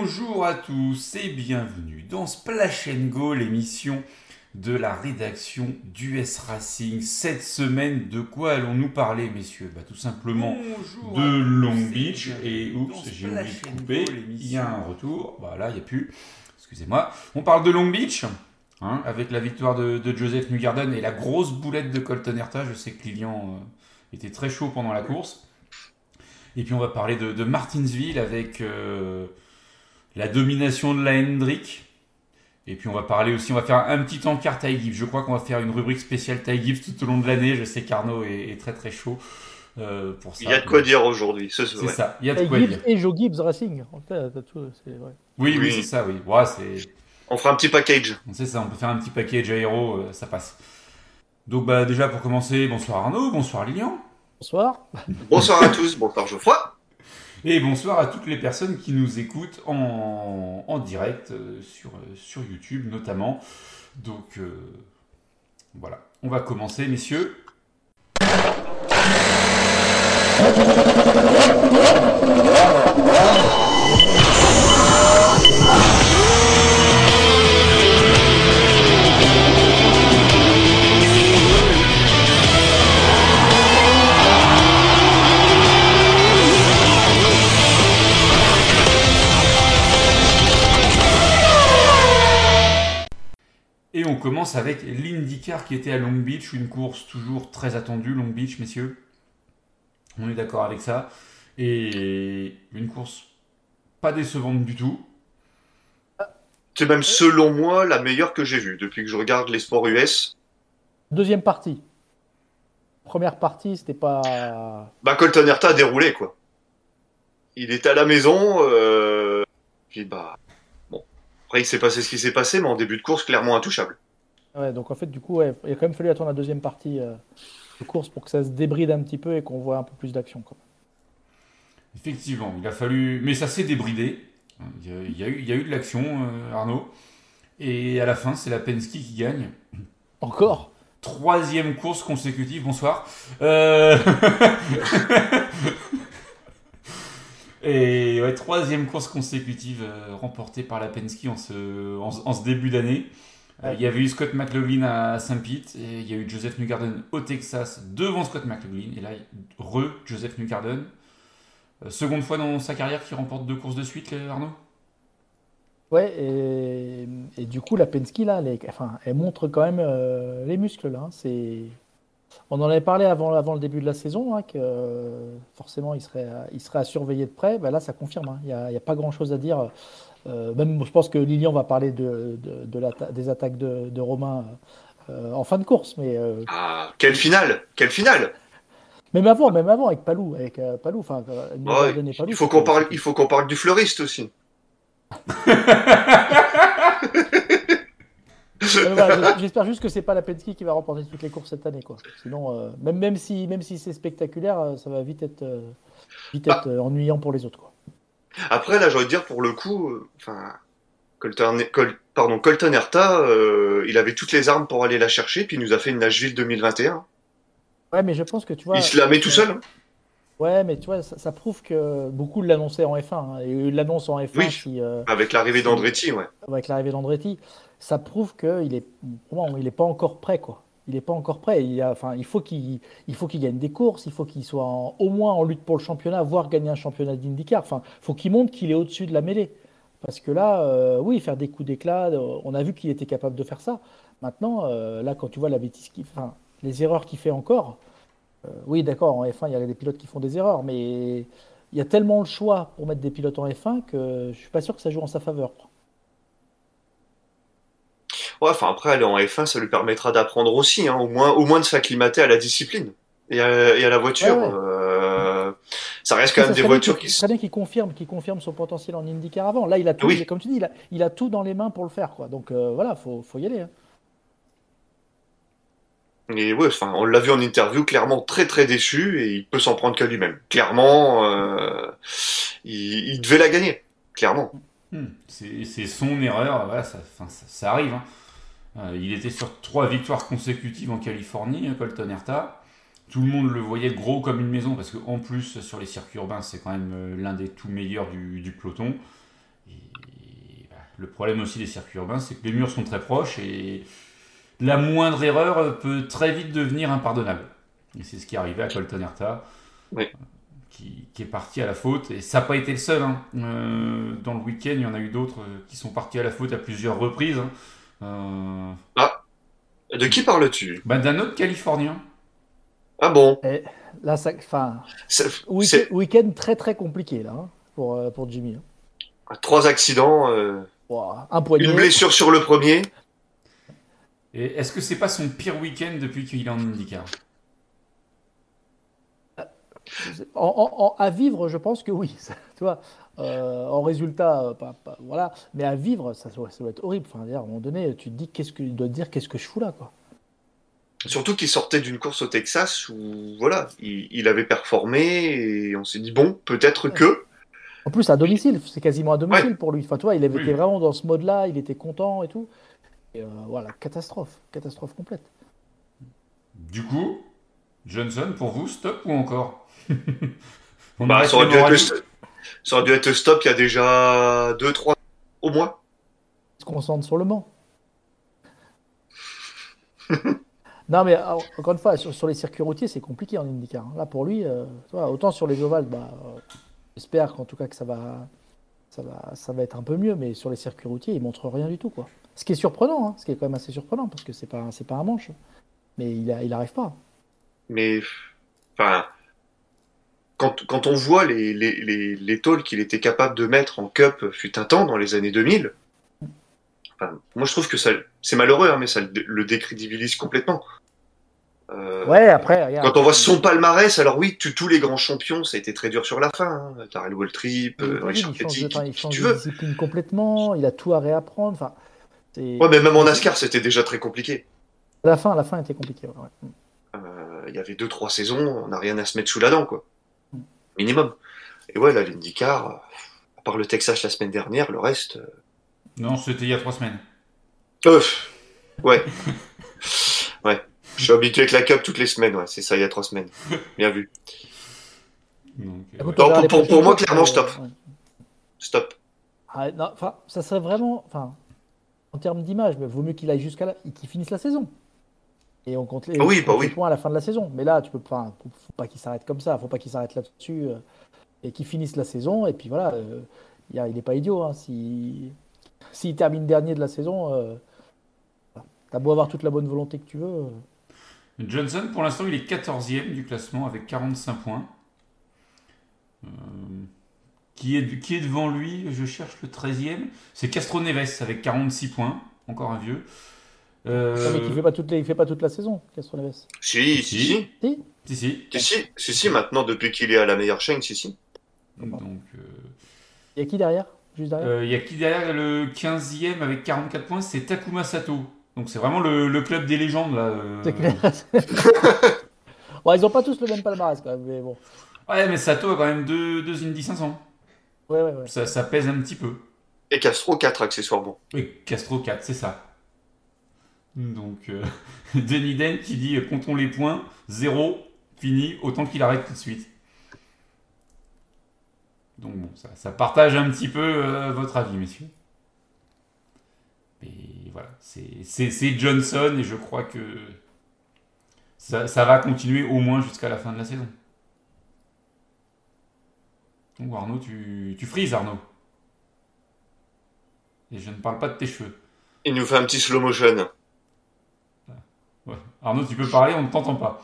Bonjour à tous et bienvenue dans Splash and Go, l'émission de la rédaction d'US Racing. Cette semaine, de quoi allons-nous parler, messieurs? Tout simplement de Long Beach. Et oups, j'ai oublié de couper. Il y a un retour. Là, il n'y a plus. Excusez-moi. On parle de Long Beach, avec la victoire de Joseph Newgarden et la grosse boulette de Colton Herta. Je sais que Lilian était très chaud pendant la course. Et puis on va parler de Martinsville avec la domination de la Hendrick. Et puis on va parler aussi, on va faire un petit encart Ty Gibbs. Je crois qu'on va faire une rubrique spéciale Ty Gibbs tout au long de l'année. Je sais qu'Arnaud est très très chaud pour ça. Il y a de quoi dire aujourd'hui, c'est vrai. ça, il y a de Et quoi Gibbs dire. et Joe Gibbs Racing. En fait, c'est vrai. Oui, c'est Oui, ça, oui. Ouais, on fera un petit package. c'est ça, on peut faire un petit package aéro, ça passe. Donc déjà pour commencer, bonsoir Arnaud, bonsoir Lilian. Bonsoir. Bonsoir à tous, bonsoir Geoffroy. Et bonsoir à toutes les personnes qui nous écoutent en direct sur YouTube notamment. Donc voilà, on va commencer messieurs. Et on commence avec l'IndyCar qui était à Long Beach, une course toujours très attendue, Long Beach, messieurs. On est d'accord avec ça. Et une course pas décevante du tout. C'est même selon moi la meilleure que j'ai vue depuis que je regarde les sports US. Deuxième partie. Première partie, c'était pas. Colton Herta a déroulé quoi. Il était à la maison, puis bon. Après il s'est passé ce qui s'est passé, mais en début de course clairement intouchable. Ouais, donc en fait, du coup, ouais, il a quand même fallu attendre la deuxième partie de course pour que ça se débride un petit peu et qu'on voit un peu plus d'action, quoi. Effectivement, il a fallu. Mais ça s'est débridé. Il y a eu de l'action, Arnaud. Et à la fin, c'est la Penske qui gagne. Encore. Troisième course consécutive, bonsoir. Euh, Et ouais, troisième course consécutive remportée par la Penske en ce début d'année. Ouais. Il y avait eu Scott McLaughlin à Saint-Pete et il y a eu Joseph Newgarden au Texas devant Scott McLaughlin. Et là, Joseph Newgarden. Seconde fois dans sa carrière qu'il remporte deux courses de suite, Arnaud. Ouais, et du coup, la Penske, là, elle montre quand même les muscles, là, hein. On en avait parlé avant le début de la saison, hein, que forcément, il serait à surveiller de près. Là, ça confirme, hein. Il y a pas grand-chose à dire. Même, je pense que Lilian va parler des attaques de Romain en fin de course. Mais Ah, quelle finale! Quelle finale! même avant avec Palou, Palou, enfin, Ouais, Newgarden et Palou, il faut qu'on parle du fleuriste aussi. Voilà, j'espère juste que c'est pas la Penske qui va remporter toutes les courses cette année, quoi. Sinon, même si c'est spectaculaire, ça va vite être Bah, ennuyant pour les autres, quoi. après là, j'ai envie de dire pour le coup, Colton Herta, il avait toutes les armes pour aller la chercher, puis il nous a fait une Nashville 2021. Ouais, mais je pense que tu Il vois, se la met tout seul, hein. ouais, mais tu vois, ça prouve que beaucoup l'annonçaient en F1, hein. Et l'annonce en F1, Oui, avec l'arrivée d'Andretti, ouais. avec l'arrivée d'Andretti, ça prouve qu'il est, pour moi, il n'est pas encore prêt, quoi. Il n'est pas encore prêt. Enfin, il faut qu'il gagne des courses, il faut qu'il soit au moins en lutte pour le championnat, voire gagner un championnat d'IndyCar. Enfin, il faut qu'il montre qu'il est au-dessus de la mêlée. Parce que là, oui, faire des coups d'éclat, on a vu qu'il était capable de faire ça. Maintenant, là, quand tu vois la bêtise enfin, les erreurs qu'il fait encore, oui, d'accord, en F1, il y a des pilotes qui font des erreurs, mais il y a tellement le choix pour mettre des pilotes en F1 que je suis pas sûr que ça joue en sa faveur. Ouais, enfin après aller en F1, ça lui permettra d'apprendre aussi, hein, au moins de s'acclimater à la discipline et à la Ouais, voiture. ouais. Ça reste quand Oui, même ça des serait bien voitures qu'il ça serait bien qu'il confirme son potentiel en IndyCar avant. Là, il a tout, Oui, comme tu dis, il a tout dans les mains pour le faire, quoi. Donc voilà, faut y aller, hein. et ouais, enfin, on l'a vu en interview, clairement très très déçu et il peut s'en prendre qu'à lui-même. Clairement, il devait la gagner, clairement. C'est son erreur, voilà, ça arrive, hein. Il était sur trois victoires consécutives en Californie, Colton Herta. Tout le monde le voyait gros comme une maison parce qu'en plus, sur les circuits urbains, c'est quand même l'un des tout meilleurs du peloton. Et le problème aussi des circuits urbains, c'est que les murs sont très proches et la moindre erreur peut très vite devenir impardonnable. Et c'est ce qui est arrivé à Colton Herta, Oui. qui est parti à la faute. Et ça n'a pas été le seul. Dans le week-end, il y en a eu d'autres qui sont partis à la faute à plusieurs reprises. Ah, de qui parles-tu? D'un autre Californien. Ah bon? Et là, C'est week-end très très compliqué là pour Jimmy. 3 accidents, Ouah, un une poignet. blessure sur le premier. Et est-ce que c'est pas son pire week-end depuis qu'il est en IndyCar? À vivre, je pense que oui. Tu vois, en résultat, voilà. Mais à vivre, ça doit être horrible. Enfin, à un moment donné, tu te dis il doit te dire qu'est-ce que je fous là, quoi. Surtout qu'il sortait d'une course au Texas où, voilà, il avait performé et on s'est dit, bon, peut-être Ouais. que. En plus, à domicile, c'est quasiment à Ouais, domicile pour lui. Enfin, tu vois, il avait été Oui. vraiment dans ce mode-là, il était content et tout. Et voilà, catastrophe complète. Du coup, Johnson, pour vous, stop ou encore? On bah, arrête les moralies. ça aurait dû être stop il y a déjà 2, 3 au moins. Il se concentre sur le Mans. Non, mais encore une fois, sur les circuits routiers, c'est compliqué en IndyCar. Là, pour lui, tu vois, autant sur les ovales, j'espère qu'en tout cas que ça va être un peu mieux, mais sur les circuits routiers, il montre rien du tout, quoi. Ce qui est surprenant, hein, ce qui est quand même assez surprenant, parce que c'est pas un manche, mais il arrive pas. Mais, enfin, quand on voit les tôles qu'il était capable de mettre en Cup fut un temps dans les années 2000, enfin, moi je trouve que ça, c'est malheureux, hein, mais ça le décrédibilise complètement. Euh, Ouais, après, regarde, Quand on voit son palmarès, alors oui, tous les grands champions, ça a été très dur sur la fin. Hein. Darrell Waltrip, mais t'as vu, Richard Petty, il qui change tu de veux. discipline complètement, il a tout à réapprendre. Enfin, Ouais, mais même en mais NASCAR, c'était déjà très compliqué. la fin était compliquée. Ouais. Il y avait 2, 3 saisons, on n'a rien à se mettre sous la dent, quoi. Mm. Minimum. Et ouais, là, l'IndyCar, à part le Texas la semaine dernière, le reste. Non, c'était il y a 3 semaines. Euh, ouais, ouais. Je suis habitué avec la Cup toutes les semaines, ouais. C'est ça, il y a 3 semaines. Bien vu. Donc, Écoute, ouais. on Non, verra les prochaines pour moi, courses, clairement, mais stop. ouais. Stop. Ah, non, enfin, ça serait vraiment, enfin, en termes d'image, mais vaut mieux qu'il aille qu'il finisse la saison. Et Ah tu oui, bah comptes les oui. points à la fin de la saison. Mais là, tu peux, enfin, faut pas qu'il s'arrête comme ça. Faut pas qu'il s'arrête là-dessus et qu'il finisse la saison. Et puis voilà, il est pas idiot. Hein, s'il termine dernier de la saison, t'as beau avoir toute la bonne volonté que tu veux. Johnson, pour l'instant, il est 14e du classement avec 45 points. Euh, qui est devant lui? Je cherche le 13e. C'est Castro Neves avec 46 points. Encore un vieux. Ouais, mais qui fait pas il fait pas toute la saison, Castroneves. Si, Si, si, si. si. Si? Si, si. Si, si, si, si, maintenant, depuis qu'il est à la meilleure chaîne, si, si. Donc, Il y a qui derrière? Juste derrière? il y a qui derrière le 15e avec 44 points? C'est Takuma Sato. Donc, c'est vraiment le club des légendes, là. C'est clair. Bon, ils ont pas tous le même palmarès quand même, mais bon. Ouais, mais Sato a quand même deux Indy 500. Ouais, ouais, ouais. Ça pèse un petit peu. Et Castro, 4 accessoirement. Oui, Castro 4, c'est ça. Donc, Denis Den qui dit comptons les points, 0, fini, autant qu'il arrête tout de suite. Donc, bon, ça partage un petit peu votre avis, messieurs. Mais voilà, c'est Johnson et je crois que ça va continuer au moins jusqu'à la fin de la saison. Donc, Arnaud, tu frises, Arnaud. Et je ne parle pas de tes cheveux. Il nous fait un petit slow motion. Ouais. Arnaud, tu peux parler, on ne t'entend pas.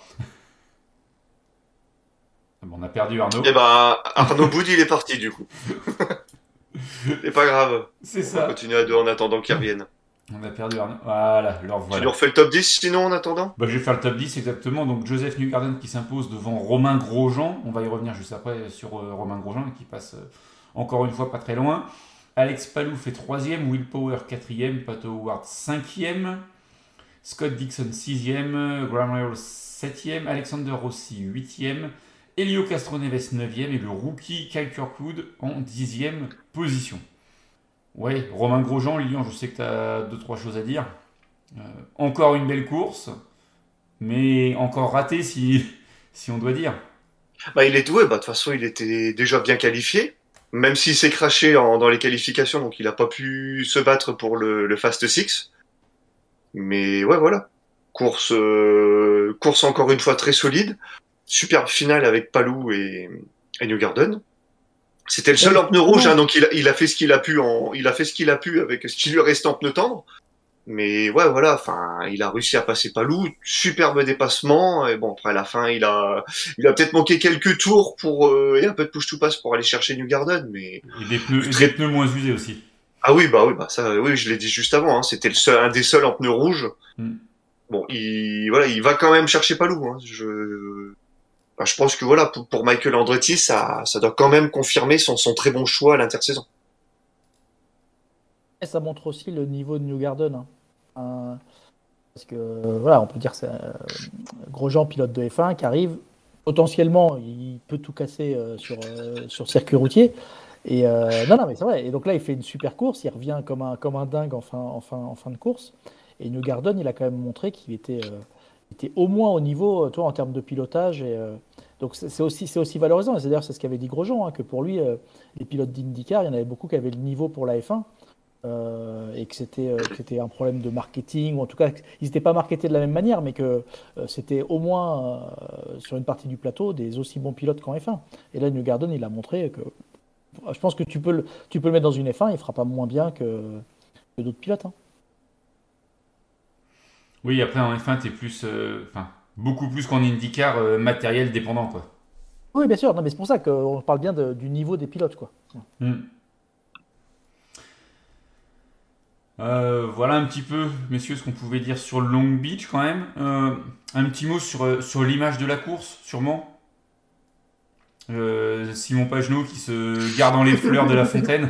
Ah bon, on a perdu Arnaud. Eh ben, Arnaud Boud, il est parti, du coup. C'est pas grave. C'est On va ça. continuer à deux en attendant qu'il revienne. On a perdu Arnaud. Voilà, leur Tu nous voilà. refais le top 10 sinon en attendant? Bah, je vais faire le top 10 exactement. Donc Joseph Newgarden qui s'impose devant Romain Grosjean. On va y revenir juste après sur Romain Grosjean qui passe encore une fois pas très loin. Alex Palou fait 3e, Will Power 4e, Pato Howard 5e, Scott Dixon 6e, Graham Rahal 7e, Alexander Rossi 8e, Helio Castroneves 9e et le rookie Kyle Kirkwood en 10e position. Ouais, Romain Grosjean, Lilian, je sais que tu as 2-3 choses à dire. Encore une belle course, mais encore raté si on doit dire. Bah, il est doué. Bah, de toute façon, il était déjà bien qualifié. même s'il s'est craché dans les qualifications, donc il n'a pas pu se battre pour le Fast Six. Mais ouais, voilà. Course encore une fois très solide. Superbe finale avec Palou et Newgarden. C'était le seul Ouais, en pneu rouge, justement. hein, donc il a fait ce qu'il a pu il a fait ce qu'il a pu avec ce qui lui restait en pneu tendre. Mais ouais, voilà, enfin, il a réussi à passer Palou, superbe dépassement. Et bon, après à la fin, il a peut-être manqué quelques tours et un peu de push to pass pour aller chercher Newgarden, mais Et des très. pneus moins usés aussi. Ah oui, bah ça, oui, je l'ai dit juste avant. Hein, c'était un des seuls en pneu rouge. Mm. Bon, voilà, il va quand même chercher Palou. Hein. Enfin, je pense que voilà, pour Michael Andretti, ça doit quand même confirmer son très bon choix à l'intersaison. Et ça montre aussi le niveau de Newgarden, hein. Parce que voilà, on peut dire que c'est Grosjean, pilote de F1, qui arrive. Potentiellement, il peut tout casser sur circuit routier. Et non, non, mais c'est vrai. Et donc là, il fait une super course. Il revient comme un dingue en fin de course. Et Newgarden, il a quand même montré qu'il était au moins au niveau, toi, en termes de pilotage. Et, donc c'est aussi valorisant. Et c'est d'ailleurs c'est ce qu'avait dit Grosjean, hein, que pour lui, les pilotes d'IndyCar, il y en avait beaucoup qui avaient le niveau pour la F1. Et que c'était un problème de marketing, ou en tout cas, ils n'étaient pas marketés de la même manière, mais que c'était au moins sur une partie du plateau des aussi bons pilotes qu'en F1. Et là, Newgarden, il a montré que je pense que tu peux le mettre dans une F1, il fera pas moins bien que d'autres pilotes, hein. Oui, après en F1, t'es plus, enfin, beaucoup plus qu'en IndyCar, matériel dépendant, quoi. Oui, bien sûr, non, mais c'est pour ça qu'on parle bien du niveau des pilotes, quoi. Mm. Voilà un petit peu, messieurs, ce qu'on pouvait dire sur le Long Beach quand même. Un petit mot sur l'image de la course, sûrement. Simon Pagenaud qui se garde dans les fleurs de la fontaine.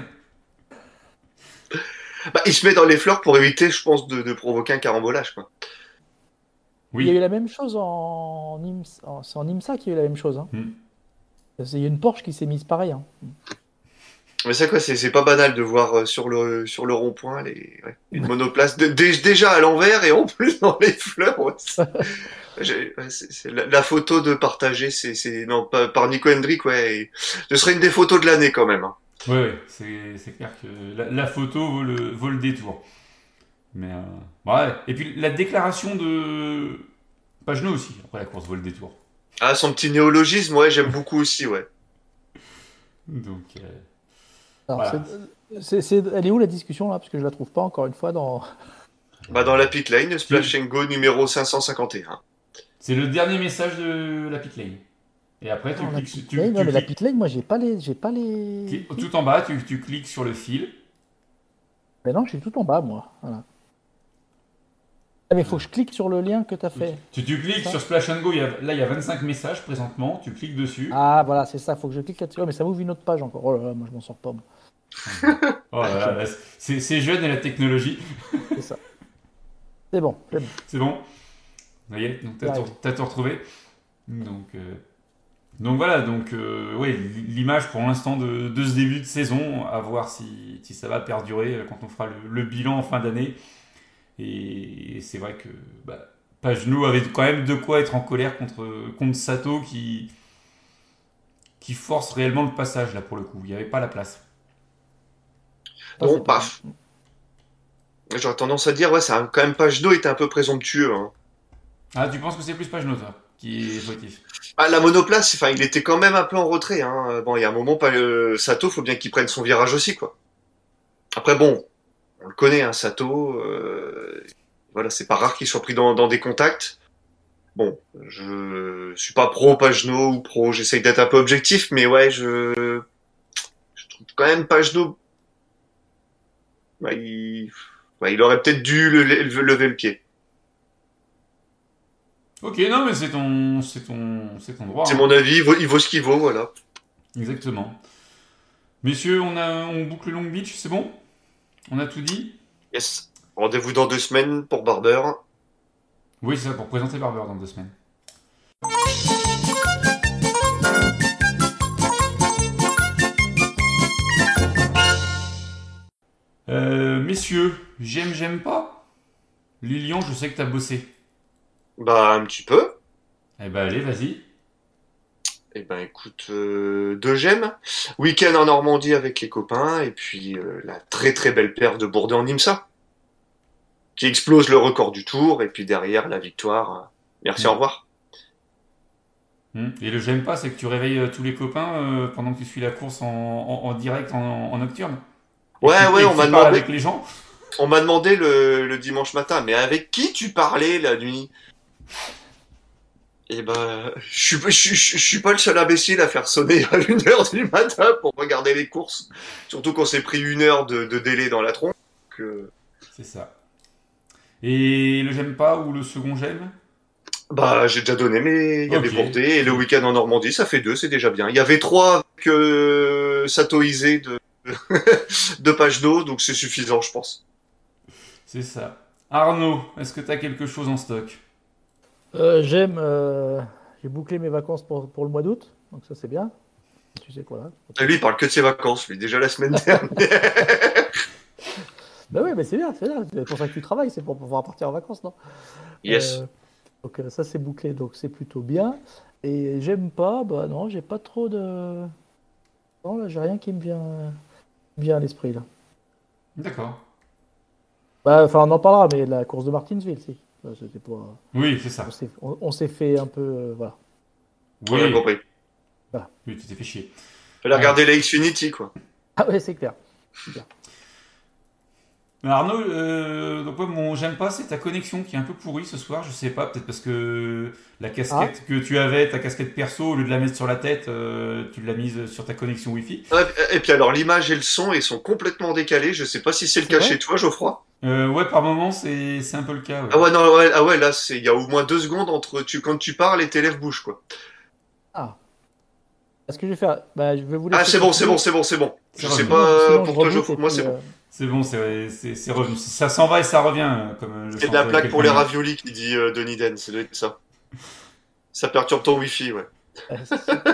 Bah, il se met dans les fleurs pour éviter, je pense, de provoquer un carambolage, quoi. Il y a eu Oui. la même chose c'est en IMSA qu'il y a eu la même chose, hein. Mm. Il y a une Porsche qui s'est mise pareil, hein. Mais c'est quoi, c'est pas banal de voir sur le rond-point une monoplace déjà à l'envers et en plus dans les fleurs. Ouais, c'est la photo de partager, non, par Nico Hendrick, ouais. Ce serait une des photos de l'année quand même. Hein. Ouais, ouais, c'est clair que la photo vaut le détour. Mais ouais. Et puis la déclaration de Pagenaud aussi, après la course vaut le détour. Ah, son petit néologisme, ouais, j'aime beaucoup aussi, ouais. Donc Alors, voilà. elle est où la discussion là? Parce que je la trouve pas encore une fois dans. Bah, dans la pit lane, Splash Tu- and Go numéro 551. C'est le dernier message de la pit lane. Et après, Dans la pit lane. Ouais, mais la pit lane, moi, j'ai pas les trucs. tout en bas, tu cliques sur le fil. Mais non, je suis tout en bas, moi. Voilà. Ah, mais il faut que je clique sur le lien que tu as fait. Tu C'est cliques ça? sur Splash and Go, là il y a 25 messages présentement, tu cliques dessus. Ah, voilà, c'est ça. Il faut que je clique là-dessus. Ouais, mais ça m'ouvre une autre page encore. Oh là là, moi, je m'en sors pas, moi. Oh là là, c'est jeune et la technologie. C'est ça. C'est bon, c'est bon. C'est bon. Ça y est, donc J'y arrive. t'as tout retrouvé. Donc voilà, ouais, l'image pour l'instant de ce début de saison, à voir si ça va perdurer quand on fera le bilan en fin d'année. Et c'est vrai que bah, Pagenaud avait quand même de quoi être en colère contre Sato qui force réellement le passage là pour le coup. Il n'y avait pas la place. Ça, Bon, c'est pas bon. paf. J'aurais tendance à dire, ouais, quand même, Pageno était un peu présomptueux. Hein. Ah, tu penses que c'est plus Pagenaud toi, qui est fautif? Ah, la monoplace, enfin, il était quand même un peu en retrait. Hein. Bon, il y a un moment, Sato, faut bien qu'il prenne son virage aussi, quoi. Après, bon, on le connaît, hein, Sato. Voilà, c'est pas rare qu'il soit pris dans des contacts. Bon, je suis pas pro Pageno ou pro, j'essaye d'être un peu objectif, mais ouais, je trouve quand même Pageno, bah, il aurait peut-être dû lever le pied. Ok, non mais c'est ton droit, C'est hein. mon avis, il vaut ce qu'il vaut, voilà. Exactement. Messieurs, on boucle Long Beach, c'est bon? On a tout dit? Yes. Rendez-vous dans 2 semaines pour Barber. Oui, c'est ça, pour présenter Barber dans 2 semaines. Messieurs, j'aime pas. Lilian, je sais que t'as bossé. Bah, un petit peu. Eh ben allez, vas-y. Eh ben écoute, deux gemmes. Week-end en Normandie avec les copains, et puis la très très belle paire de Bourdais en IMSA, qui explose le record du tour, et puis derrière la victoire. Merci, au Hmm. revoir. Et le j'aime pas, c'est que tu réveilles tous les copains pendant que tu suis la course en direct, en nocturne, Ouais, ouais, et que tu parles avec les gens. on m'a demandé le dimanche matin, mais avec qui tu parlais la nuit? Eh ben, je suis pas le seul imbécile à faire sonner à 1 heure du matin pour regarder les courses. Surtout qu'on s'est pris 1 heure de délai dans la tronche. Donc, C'est ça. Et le j'aime pas ou le second j'aime. bah, j'ai déjà donné, mais il y avait Ok. Bourdais et le week-end en Normandie, ça fait deux, c'est déjà bien. Il y avait trois avec Satoisé de page d'eau, donc c'est suffisant, je pense. C'est ça. Arnaud, est-ce que tu as quelque chose en stock? J'aime. J'ai bouclé mes vacances pour le mois d'août, donc ça c'est bien. Tu sais quoi là. Et lui, il parle que de ses vacances, lui, déjà la semaine dernière. Bah oui, mais c'est bien, c'est bien. C'est pour ça que tu travailles, c'est pour pouvoir partir en vacances, non? Yes. Euh, donc ça c'est bouclé, donc c'est plutôt bien. Et j'aime pas, bah non, j'ai pas trop de. Non, là, j'ai rien qui me vient à l'esprit là. D'accord. Bah, enfin, on en parlera, mais la course de Martinsville, si. C'était pas. Oui, c'est ça. On s'est fait un peu, voilà. On a Oui. compris. Voilà. Oui, tu t'es fait chier. Fallait Ouais. regarder la Xfinity, quoi. Ah ouais, c'est clair. C'est clair. Mais Arnaud, donc ouais, mon j'aime pas, c'est ta connexion qui est un peu pourrie ce soir. Je sais pas, peut-être parce que la Ah, casquette que tu avais, ta casquette perso, au lieu de la mettre sur la tête, tu l'as mise sur ta connexion Wi-Fi. Ouais, et puis alors, l'image et le son, ils sont complètement décalés. Je sais pas si c'est le c'est cas vrai? chez toi, Geoffroy. Ouais, par moment, c'est un peu le cas, ouais. Ah ouais, non, ouais, ah ouais, là, il y a au moins 2 secondes entre quand tu parles et tes lèvres bougent, quoi. Ah. Ce que je vais faire, bah, je vais vous Ah, laisser c'est bon, c'est bon, continuer. c'est bon, c'est bon. C'est Je sais revenu. pas Sinon, je pour toi, reboot Geoffroy. et Moi, puis. c'est bon. C'est bon, c'est revenu. Ça s'en va et ça revient, comme le C'est de la chantait plaque pour quelqu'un les hier. raviolis qui dit Denis Den, ça doit être ça. Ça perturbe ton wifi, ouais. C'est-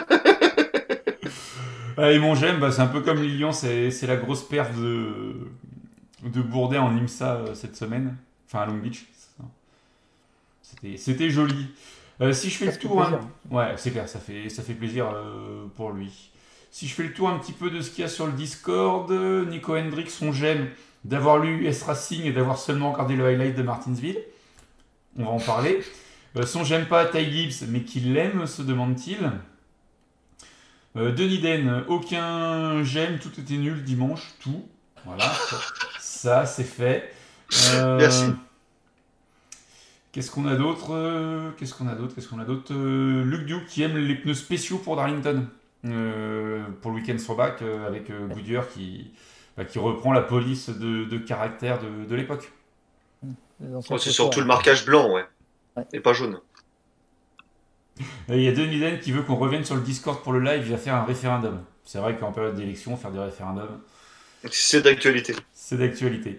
Et mon j'aime, bah, c'est un peu comme Lilian, c'est la grosse perf de Bourdet en IMSA cette semaine. Enfin, à Long Beach. C'était joli. Si je fais Ça, le ça fait tour, plaisir. ouais, c'est clair, ça fait plaisir pour lui. Si je fais le tour un petit peu de ce qu'il y a sur le Discord, Nico Hendrix, son j'aime d'avoir lu S Racing et d'avoir seulement regardé le highlight de Martinsville. On va en parler. Son j'aime pas Ty Gibbs, mais qu'il l'aime, se demande-t-il. Denis Den, aucun j'aime, tout était nul dimanche, tout. Voilà, ça c'est fait. Euh, Merci. Qu'est-ce qu'on a d'autre Qu'est-ce qu'on a d'autre Qu'est-ce qu'on a d'autre Luke Duke qui aime les pneus spéciaux pour Darlington. Pour le week-end sur bac avec Goodyear qui reprend la police de caractère de l'époque. Les anciens Oh, c'est chauffeurs. surtout le marquage blanc, ouais. Ouais. Et pas jaune. Il y a Denis Den qui veut qu'on revienne sur le Discord pour le live, il va faire un référendum. C'est vrai qu'en période d'élection, faire des référendums, C'est d'actualité. c'est d'actualité.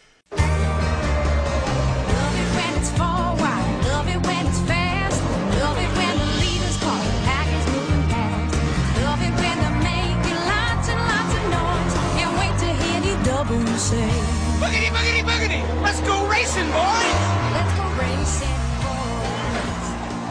Love it when it's forward, love it when it's fast, love it when the leader's call, the pack is moving past. Love it when they're making lots and lots of noise. Can't wait to hear the double say. Boogity, boogity, boogity! Let's go racing, boys! Let's go racing, boys.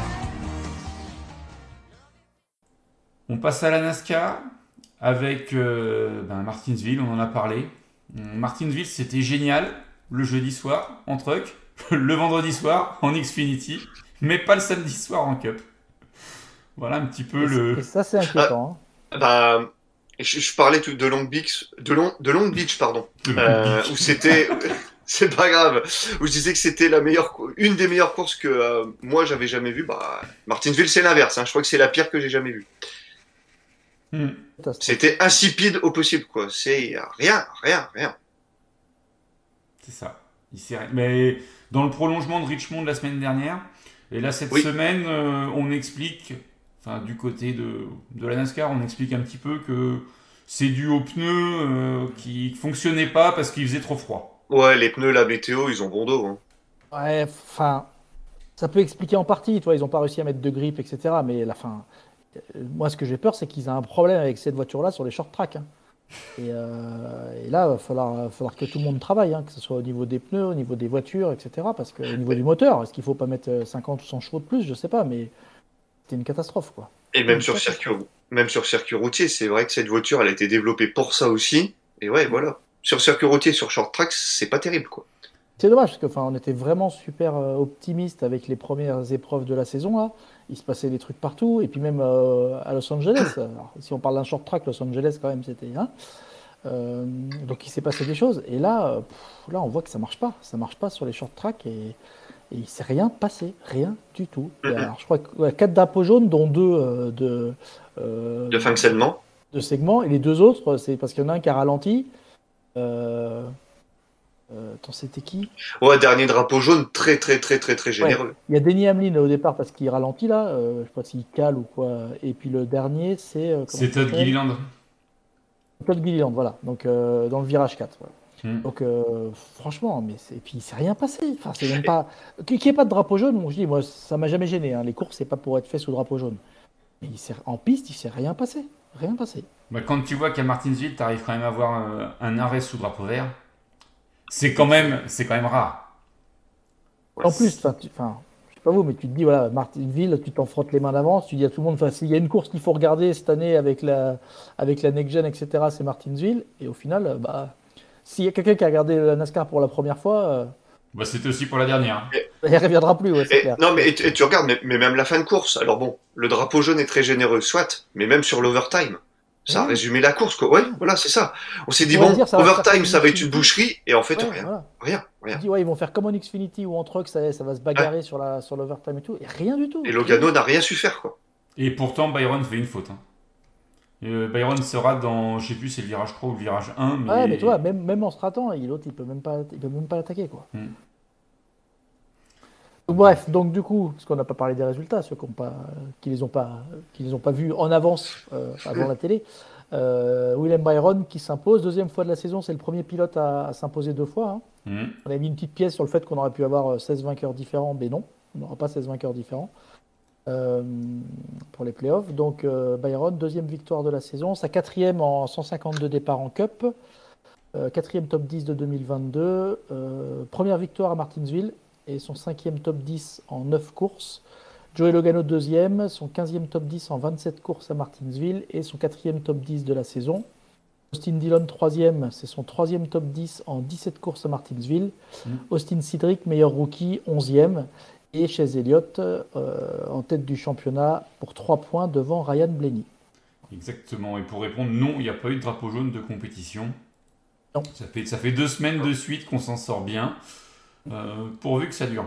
On passe à la NASCAR avec Martinsville, on en a parlé. Martinsville, c'était génial le jeudi soir en truck, le vendredi soir en Xfinity, mais pas le samedi soir en Cup. Voilà un petit peu le. Et ça, c'est Ah, inquiétant. bah, je parlais de Long Beach, de Long Beach, pardon. le Long Où Beach. c'était, c'est pas grave, où je disais que c'était une des meilleures courses que moi j'avais jamais vues. Bah, Martinsville, c'est l'inverse, hein. Je crois que c'est la pire que j'ai jamais vue. Hmm, Catastrophe. C'était insipide au possible, quoi. C'est rien, rien, rien. c'est ça. Mais dans le prolongement de Richmond de la semaine dernière, et là cette Oui, semaine, on explique, enfin du côté de la NASCAR, on explique un petit peu que c'est dû aux pneus qui fonctionnaient pas parce qu'il faisait trop froid. ouais, les pneus, la météo, ils ont bon dos, hein. Ouais, enfin, ça peut expliquer en partie. Toi, ils n'ont pas réussi à mettre de grip, etc. Mais la fin, moi, ce que j'ai peur, c'est qu'ils aient un problème avec cette voiture-là sur les short tracks, hein. Et là, il va falloir que tout le monde travaille, hein, que ce soit au niveau des pneus, au niveau des voitures, etc. Parce qu'au niveau du moteur, est-ce qu'il ne faut pas mettre 50 ou 100 chevaux de plus? Je ne sais pas, mais c'est une catastrophe, quoi. Et même sur circuit routier, c'est vrai que cette voiture, elle a été développée pour ça aussi. Et ouais, voilà. Sur circuit routier, sur short track, c'est pas terrible, quoi. C'est dommage parce que, enfin, on était vraiment super optimiste avec les premières épreuves de la saison là. Il se passait des trucs partout et puis même à Los Angeles. Alors, si on parle d'un short track, Los Angeles quand même c'était. Hein. Donc il s'est passé des choses et là, là on voit que ça marche pas sur les short track et il s'est rien passé, rien du tout. Alors, je crois que ouais, 4 drapeaux jaunes, dont 2 euh, De fonctionnement. de segments et les deux autres, c'est parce qu'il y en a un qui a ralenti. Euh, attends, c'était qui? Ouais, dernier drapeau jaune, très, très, très, très, très Ouais, généreux. il y a Denny Hamlin au départ parce qu'il ralentit là, je sais pas s'il cale ou quoi. Et puis le dernier, c'est comment C'est il Todd s'appelle? Gilliland. Todd Gilliland, voilà. Donc dans le virage 4. Voilà. Hmm. Donc franchement, mais et puis il s'est rien passé. Enfin, c'est même pas qu'il n'y ait pas de drapeau jaune. Moi, je dis, moi, ça m'a jamais gêné. Hein. Les courses, c'est pas pour être fait sous drapeau jaune. Mais en piste, il s'est rien passé, rien passé. Bah, quand tu vois qu'à Martinsville, tu arrives quand même à avoir un arrêt sous drapeau vert, c'est quand même rare. Ouais, En plus, enfin, je sais pas vous, mais tu te dis, voilà, Martinsville, tu t'en frottes les mains d'avance, tu dis à tout le monde, enfin, s'il y a une course qu'il faut regarder cette année avec la Next Gen, etc., c'est Martinsville. Et au final, bah, s'il y a quelqu'un qui a regardé la NASCAR pour la première fois, Bah, c'était aussi pour la dernière. Hein. il ne reviendra plus, ouais, c'est clair. non, mais et tu regardes, mais même la fin de course. Alors bon, le drapeau jaune est très généreux, soit, mais même sur l'overtime, ça a Oui. résumé la course, quoi. Ouais, voilà, c'est ça. On s'est dit, On va bon, dire, ça va se faire overtime, comme ça va être une Xfinity. boucherie, et en fait, Ouais, rien. voilà. Rien, Tu rien. dis, ouais, ils vont faire comme en Xfinity ou en Truck, ça va se bagarrer sur l'overtime et tout. Et rien du tout. Et Rien. Logano n'a rien su faire, quoi. Et pourtant, Byron fait une faute. Hein. Byron sera dans, je sais plus, c'est le virage 3 ou le virage 1, Ouais, mais mais. tu vois, même en se ratant, l'autre, il peut même pas l'attaquer, quoi. Hmm. Donc, bref, donc du coup, parce qu'on n'a pas parlé des résultats, ceux qui les ont pas vus en avance avant la télé, William Byron qui s'impose, deuxième fois de la saison, c'est le premier pilote à s'imposer 2 fois. Hein. Hmm. On a mis une petite pièce sur le fait qu'on aurait pu avoir 16 vainqueurs différents, mais non, on n'aura pas 16 vainqueurs différents euh, pour les playoffs. Donc Byron, deuxième victoire de la saison, sa quatrième en 152 départs en Cup, quatrième top 10 de 2022, première victoire à Martinsville et son cinquième top 10 en 9 courses. Joey Logano deuxième, son 15e top 10 en 27 courses à Martinsville et son quatrième top 10 de la saison. Austin Dillon troisième, c'est son troisième top 10 en 17 courses à Martinsville. Austin Cindric, meilleur rookie, 11e. Et Chase Elliott en tête du championnat pour 3 points devant Ryan Blaney. Exactement. Et pour répondre, non, il n'y a pas eu de drapeau jaune de compétition. Non. Ça fait 2 semaines de suite qu'on s'en sort bien. Pourvu que ça dure.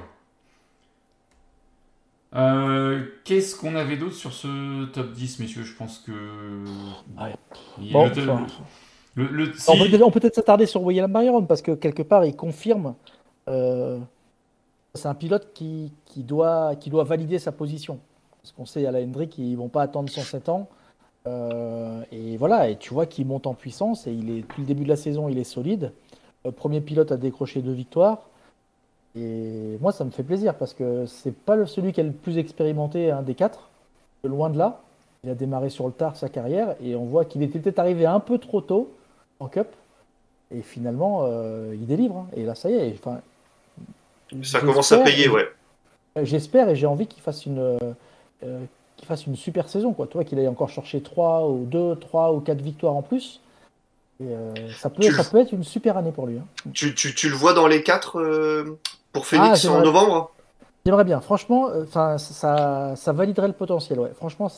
Qu'est-ce qu'on avait d'autre sur ce top 10, messieurs? Je pense que. Ouais. Il y a Bon, le- enfin, si- on peut peut-être s'attarder sur William Byron parce que quelque part il confirme. euh, c'est un pilote qui doit valider sa position. Parce qu'on sait à la Hendrick, ils vont pas attendre 107 ans. Et voilà, et tu vois qu'il monte en puissance et depuis le début de la saison, il est solide. Premier pilote à décrocher 2 victoires. Et moi, ça me fait plaisir parce que c'est pas celui qui est le plus expérimenté des 4. Loin de là. Il a démarré sur le tard sa carrière et on voit qu'il était peut-être arrivé un peu trop tôt en Cup. Et finalement, il délivre. Hein. Et là, ça y est. Enfin, Ça commence à payer, ouais. j'espère et j'ai envie qu'il fasse une super saison. Quoi. Toi, qu'il aille encore chercher 3 ou 2, 3 ou 4 victoires en plus. Et, ça peut être une super année pour lui. Hein. Tu le vois dans les 4 pour Phoenix en j'aimerais- novembre? J'aimerais bien. Franchement, ça validerait le potentiel. Ouais. Franchement,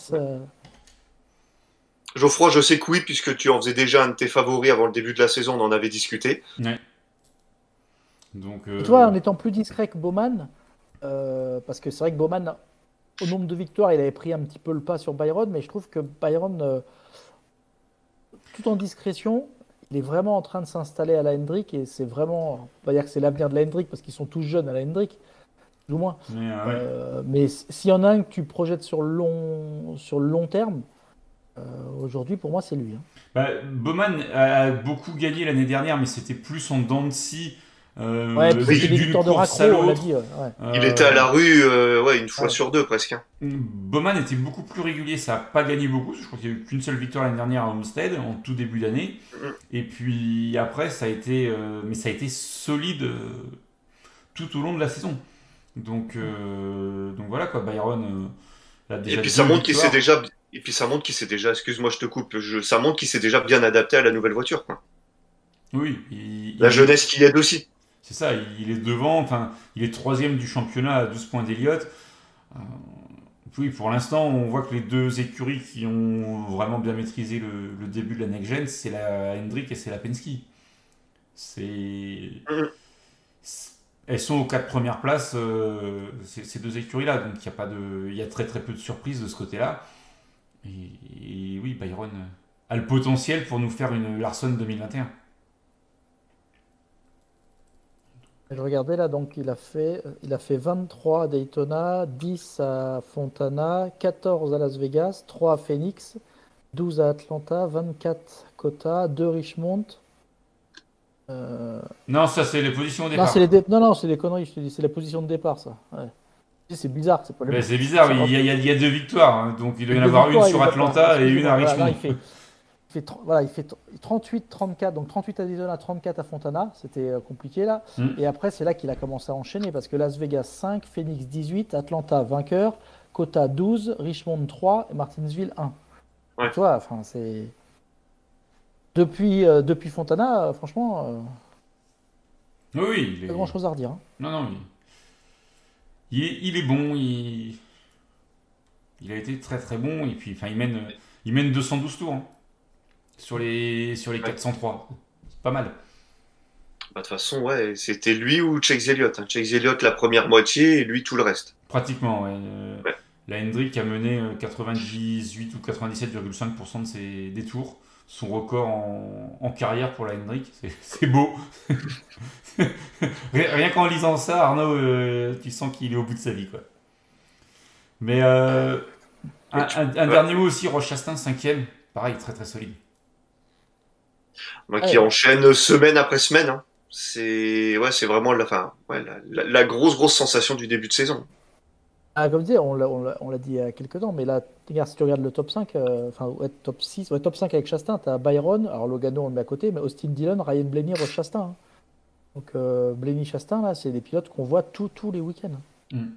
Geoffroy, je sais que oui, puisque tu en faisais déjà un de tes favoris avant le début de la saison, on en avait discuté. Ouais. Donc, Et toi, en étant plus discret que Bowman, parce que c'est vrai que Bowman, au nombre de victoires, il avait pris un petit peu le pas sur Byron, mais je trouve que Byron, tout en discrétion, il est vraiment en train de s'installer à la Hendrick et c'est vraiment, on va dire que c'est l'avenir de la Hendrick parce qu'ils sont tous jeunes à la Hendrick, plus ou moins. mais, ouais. Mais s'il y en a un que tu projettes sur le long terme, aujourd'hui, pour moi, c'est lui. Hein. Bah, Bowman a beaucoup gagné l'année dernière, mais c'était plus en dents de scie Ouais, puis c'était des d'une victoires de course à raccro, on l'a l'autre. dit. Ouais. Il était à la rue ouais, une fois Ouais. sur deux presque. Hein. Bowman était beaucoup plus régulier, ça n'a pas gagné beaucoup. Je crois qu'il n'y a eu qu'une seule victoire l'année dernière à Homestead, en tout début d'année. Et puis après, ça a été solide tout au long de la saison. Donc voilà quoi, Byron a Et déjà puis ça deux montre qu'il s'est victoires. Et puis ça montre qu'il s'est déjà, excuse-moi, je te coupe, ça montre qu'il s'est déjà bien adapté à la nouvelle voiture, quoi. Oui, La jeunesse qui aide aussi. c'est ça, il est devant, enfin, il est troisième du championnat à 12 points d'Elliott. Euh, oui, pour l'instant, on voit que les deux écuries qui ont vraiment bien maîtrisé le début de la next-gen, c'est la Hendrick et c'est la Penske. C'est... Mhm. Elles sont aux quatre premières places, ces deux écuries-là, donc il y a pas de, il y a très très peu de surprises de ce côté-là. Et oui, Byron a le potentiel pour nous faire une Larson 2021. Je regardais là, donc il a fait 23 à Daytona, 10 à Fontana, 14 à Las Vegas, 3 à Phoenix, 12 à Atlanta, 24 Cota, 2 Richmond. Non, ça c'est les positions au Non, départ. non, non, c'est des conneries, je te dis, c'est la position de départ, ça. Ouais. C'est bizarre, c'est pas les Ben, mêmes. c'est bizarre, Ça, oui, il y a deux victoires, hein, donc il doit y en deux avoir une victoires, sur il est Atlanta et une à excusez-moi, voilà, non, Richmond. voilà, il fait 38-34, donc 38 à Daytona, 34 à Fontana, c'était compliqué là. Hmm. Et après, c'est là qu'il a commencé à enchaîner parce que Las Vegas 5, Phoenix 18, Atlanta vainqueur, Cota 12, Richmond 3 et Martinsville 1. Ouais. Donc, tu vois, enfin, c'est. Depuis Fontana, franchement, Oui, oui, il pas est... grand chose à redire, hein. Non, non, il est bon, il a été très très bon, et puis enfin, il mène 212 tours hein, sur les Ouais. 403. C'est pas mal. Bah, de toute façon, ouais, c'était lui ou Chase Elliott. Chase Elliott la première moitié et lui tout le reste. Pratiquement, ouais. Ouais. La Hendrick a mené 98 ou 97,5% des tours. Son record en carrière pour la Hendrick, c'est beau. Rien qu'en lisant ça, Arnaud, tu sens qu'il est au bout de sa vie, quoi. Mais un Ouais. dernier mot aussi, Roche Chastain, cinquième. Pareil, très très solide. Moi, Ouais, qui enchaîne semaine après semaine. C'est vraiment la grosse sensation du début de saison. ah, comme tu dis, on l'a dit il y a quelques temps, mais là, regarde, si tu regardes le top 5, enfin, ouais, top 6, ouais, top 5 avec Chastain, tu as Byron, alors Logano, on le met à côté, mais Austin Dillon, Ryan Blaney, Roche Chastain, hein. Donc, Blaney Chastain, là, c'est des pilotes qu'on voit tous les week-ends, hein. Mm.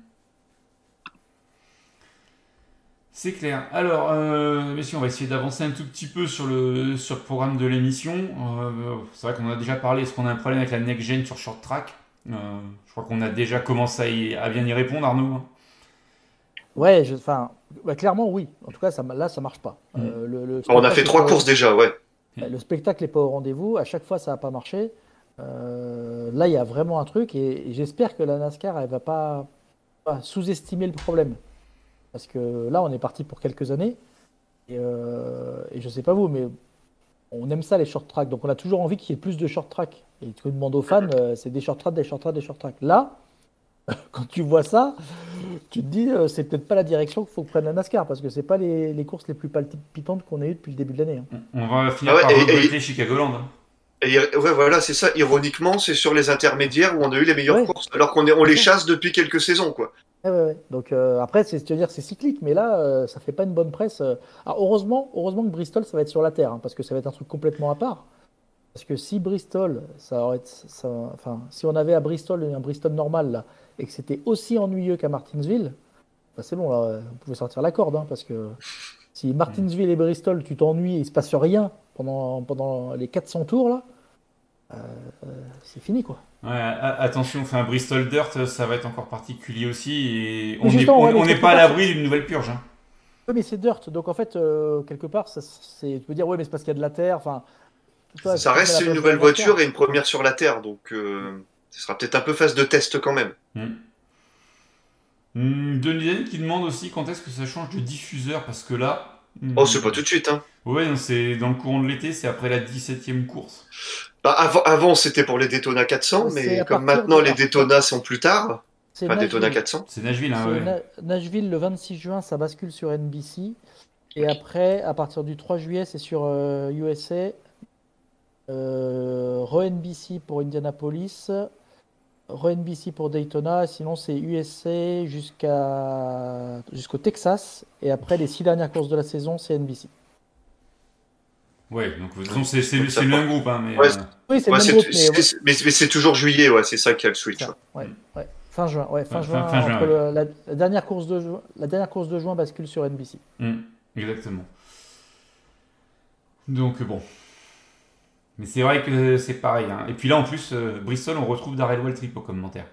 C'est clair. Alors, messieurs, on va essayer d'avancer un tout petit peu sur le programme de l'émission. C'est vrai qu'on en a déjà parlé. Est-ce qu'on a un problème avec la next-gen sur short track? Je crois qu'on a déjà commencé à bien y répondre, Arnaud, hein. Ouais, enfin, bah, clairement, oui. En tout cas, là, ça marche pas. Bon, on a fait 3 courses déjà, ouais. Le spectacle n'est pas au rendez-vous. À chaque fois, ça n'a pas marché. Là, il y a vraiment un truc et j'espère que la NASCAR, elle va pas sous-estimer le problème. Parce que là, on est parti pour quelques années. Et je sais pas vous, mais on aime ça, les short tracks. Donc, on a toujours envie qu'il y ait plus de short tracks. Et ce que demande aux fans, c'est des short tracks, des short tracks, des short tracks. Là, quand tu vois ça, tu te dis, c'est peut-être pas la direction qu'il faut que prenne la NASCAR. Parce que c'est pas les courses les plus palpitantes qu'on ait eues depuis le début de l'année, hein. On va finir Ah ouais, par regretter Chicagoland, hein. ouais, voilà, c'est ça. Ironiquement, c'est sur les intermédiaires où on a eu les meilleures Ouais. courses, alors on les chasse depuis quelques saisons, quoi. Ouais, ouais, ouais. Donc après, c'est cyclique, mais là, ça fait pas une bonne presse. Alors, heureusement que Bristol, ça va être sur la terre, hein, parce que ça va être un truc complètement à part. Parce que si Bristol, enfin, si on avait à Bristol un Bristol normal là, et que c'était aussi ennuyeux qu'à Martinsville, bah, c'est bon, là, on pouvait sortir la corde, hein, parce que si Martinsville et Bristol, tu t'ennuies et il se passe rien pendant les 400 tours là, c'est fini quoi. Ouais, attention, enfin, Bristol Dirt, ça va être encore particulier aussi. Et Mais justement, ouais, mais on n'est quelque pas à part, l'abri d'une nouvelle purge, hein. Oui, mais c'est dirt, donc en fait, quelque part, tu peux dire, ouais, mais c'est parce qu'il y a de la terre, enfin, tu vois, Ça tu fais reste la une place de la nouvelle NASCAR. voiture et une première sur la Terre, donc ce sera peut-être un peu phase de test quand même. Denis Daniel qui demande aussi quand est-ce que ça change de diffuseur, parce que là. Oh, c'est pas tout de suite, hein. Ouais, non, c'est dans le courant de l'été, c'est après la 17e course. Bah, avant c'était pour les Daytona 400, C'est mais à comme partir maintenant de- les Daytona sont plus tard, C'est enfin Daytona Nashville. 400. C'est Nashville, hein, C'est ouais. Nashville, le 26 juin, ça bascule sur NBC. Et après, à partir du 3 juillet, c'est sur USA. Re-NBC pour Indianapolis. Re-NBC pour Daytona. Sinon, c'est USA jusqu'au Texas. Et après, les 6 dernières courses de la saison, c'est NBC. Ouais, donc de toute façon, c'est Donc, ça le part. même groupe, hein, mais. Ouais, Oui, c'est Ouais, le même groupe, mais mais c'est toujours juillet, ouais, c'est ça qui a le switch. ça, ouais, ouais. Fin juin, ouais, fin Ouais, juin, fin juin, entre ouais. la dernière course de juin bascule sur NBC. Hmm. Exactement. Donc bon. Mais c'est vrai que c'est pareil. Hein. Et puis là, en plus, Bristol, on retrouve Darrell Waltrip au commentaire.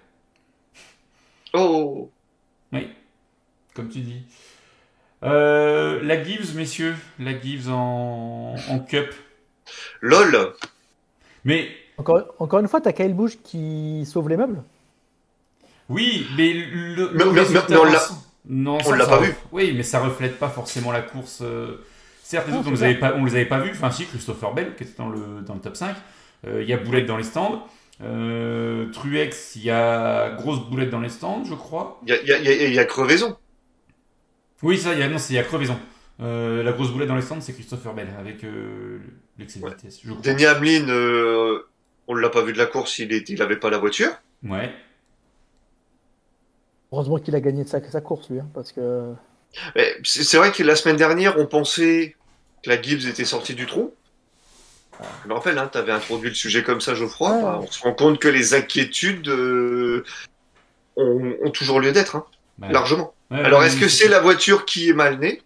Oh, Oui, comme tu dis. La Gibbs, messieurs. La Gibbs en Cup. lol. Mais Encore une fois, t'as Kyle Busch qui sauve les meubles. oui, mais le Mais résultat on dans l'a, ce- non, on l'a ça pas vu. oui, mais ça reflète pas forcément la course. Certes, les Non, autres, c'est ça. on les avait pas vus. Enfin, si, Christopher Bell, qui était dans le top 5. Il y a Boulette dans les stands. Truex, il y a grosse Boulette dans les stands, je crois. Il y a crevaison. Oui, ça, non, il y a crevaison. La grosse Boulette dans les stands, c'est Christopher Bell, avec l'excès de Ouais. vitesse, je crois. Denny Hamlin, on l'a pas vu de la course, il avait pas la voiture. Ouais. Heureusement qu'il a gagné sa course, lui, hein, parce que. Mais c'est vrai que la semaine dernière, on pensait que la Gibbs était sortie du trou. Je me rappelle, hein, tu avais introduit le sujet comme ça, Geoffroy. Ouais, Bah, on se rend compte que les inquiétudes ont toujours lieu d'être, hein, Bah, largement. ouais, Alors, ouais, est-ce oui, que c'est c'est ça. la voiture qui est mal née?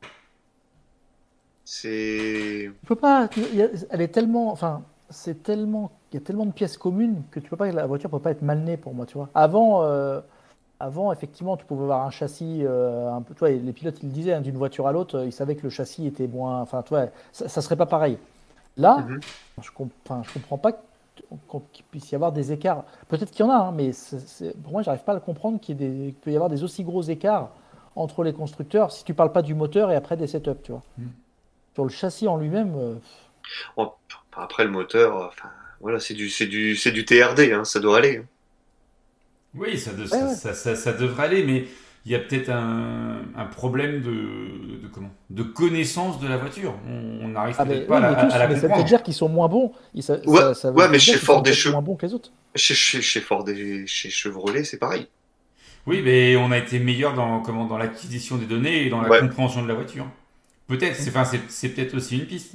C'est... tu peux pas. Elle est tellement. Enfin, c'est tellement. Il y a tellement de pièces communes que tu peux pas. La voiture peut pas être mal née pour moi, tu vois. Avant, effectivement, tu pouvais avoir un châssis un peu. Tu vois, les pilotes, ils le disaient, hein, d'une voiture à l'autre, ils savaient que le châssis était moins. Enfin, tu vois, ça serait pas pareil. Là, Mhm. enfin, je comprends pas qu'il puisse y avoir des écarts. Peut-être qu'il y en a, hein, mais pour moi, j'arrive pas à le comprendre qu'il peut y avoir des aussi gros écarts entre les constructeurs si tu parles pas du moteur et après des setups, tu vois. Mm. Sur le châssis en lui-même, Bon, après, le moteur, enfin, voilà, c'est du TRD, hein, ça doit aller, hein. Oui, ouais, ouais. ça devrait aller, mais il y a peut-être un problème de connaissance de la voiture. On n'arrive Ah, peut-être mais, pas oui, mais à tous, la mais ça veut peut-être comprendre. dire qu'ils sont moins bons. Ouais, Ça veut ouais, mais peut-être dire chez qu'ils sont Ford et peut-être moins bons que les autres. chez Ford et chez Chevrolet, c'est pareil. Oui, mais on a été meilleur dans l'acquisition des données et dans la Ouais. compréhension de la voiture. Peut-être, Mm. enfin, c'est peut-être aussi une piste.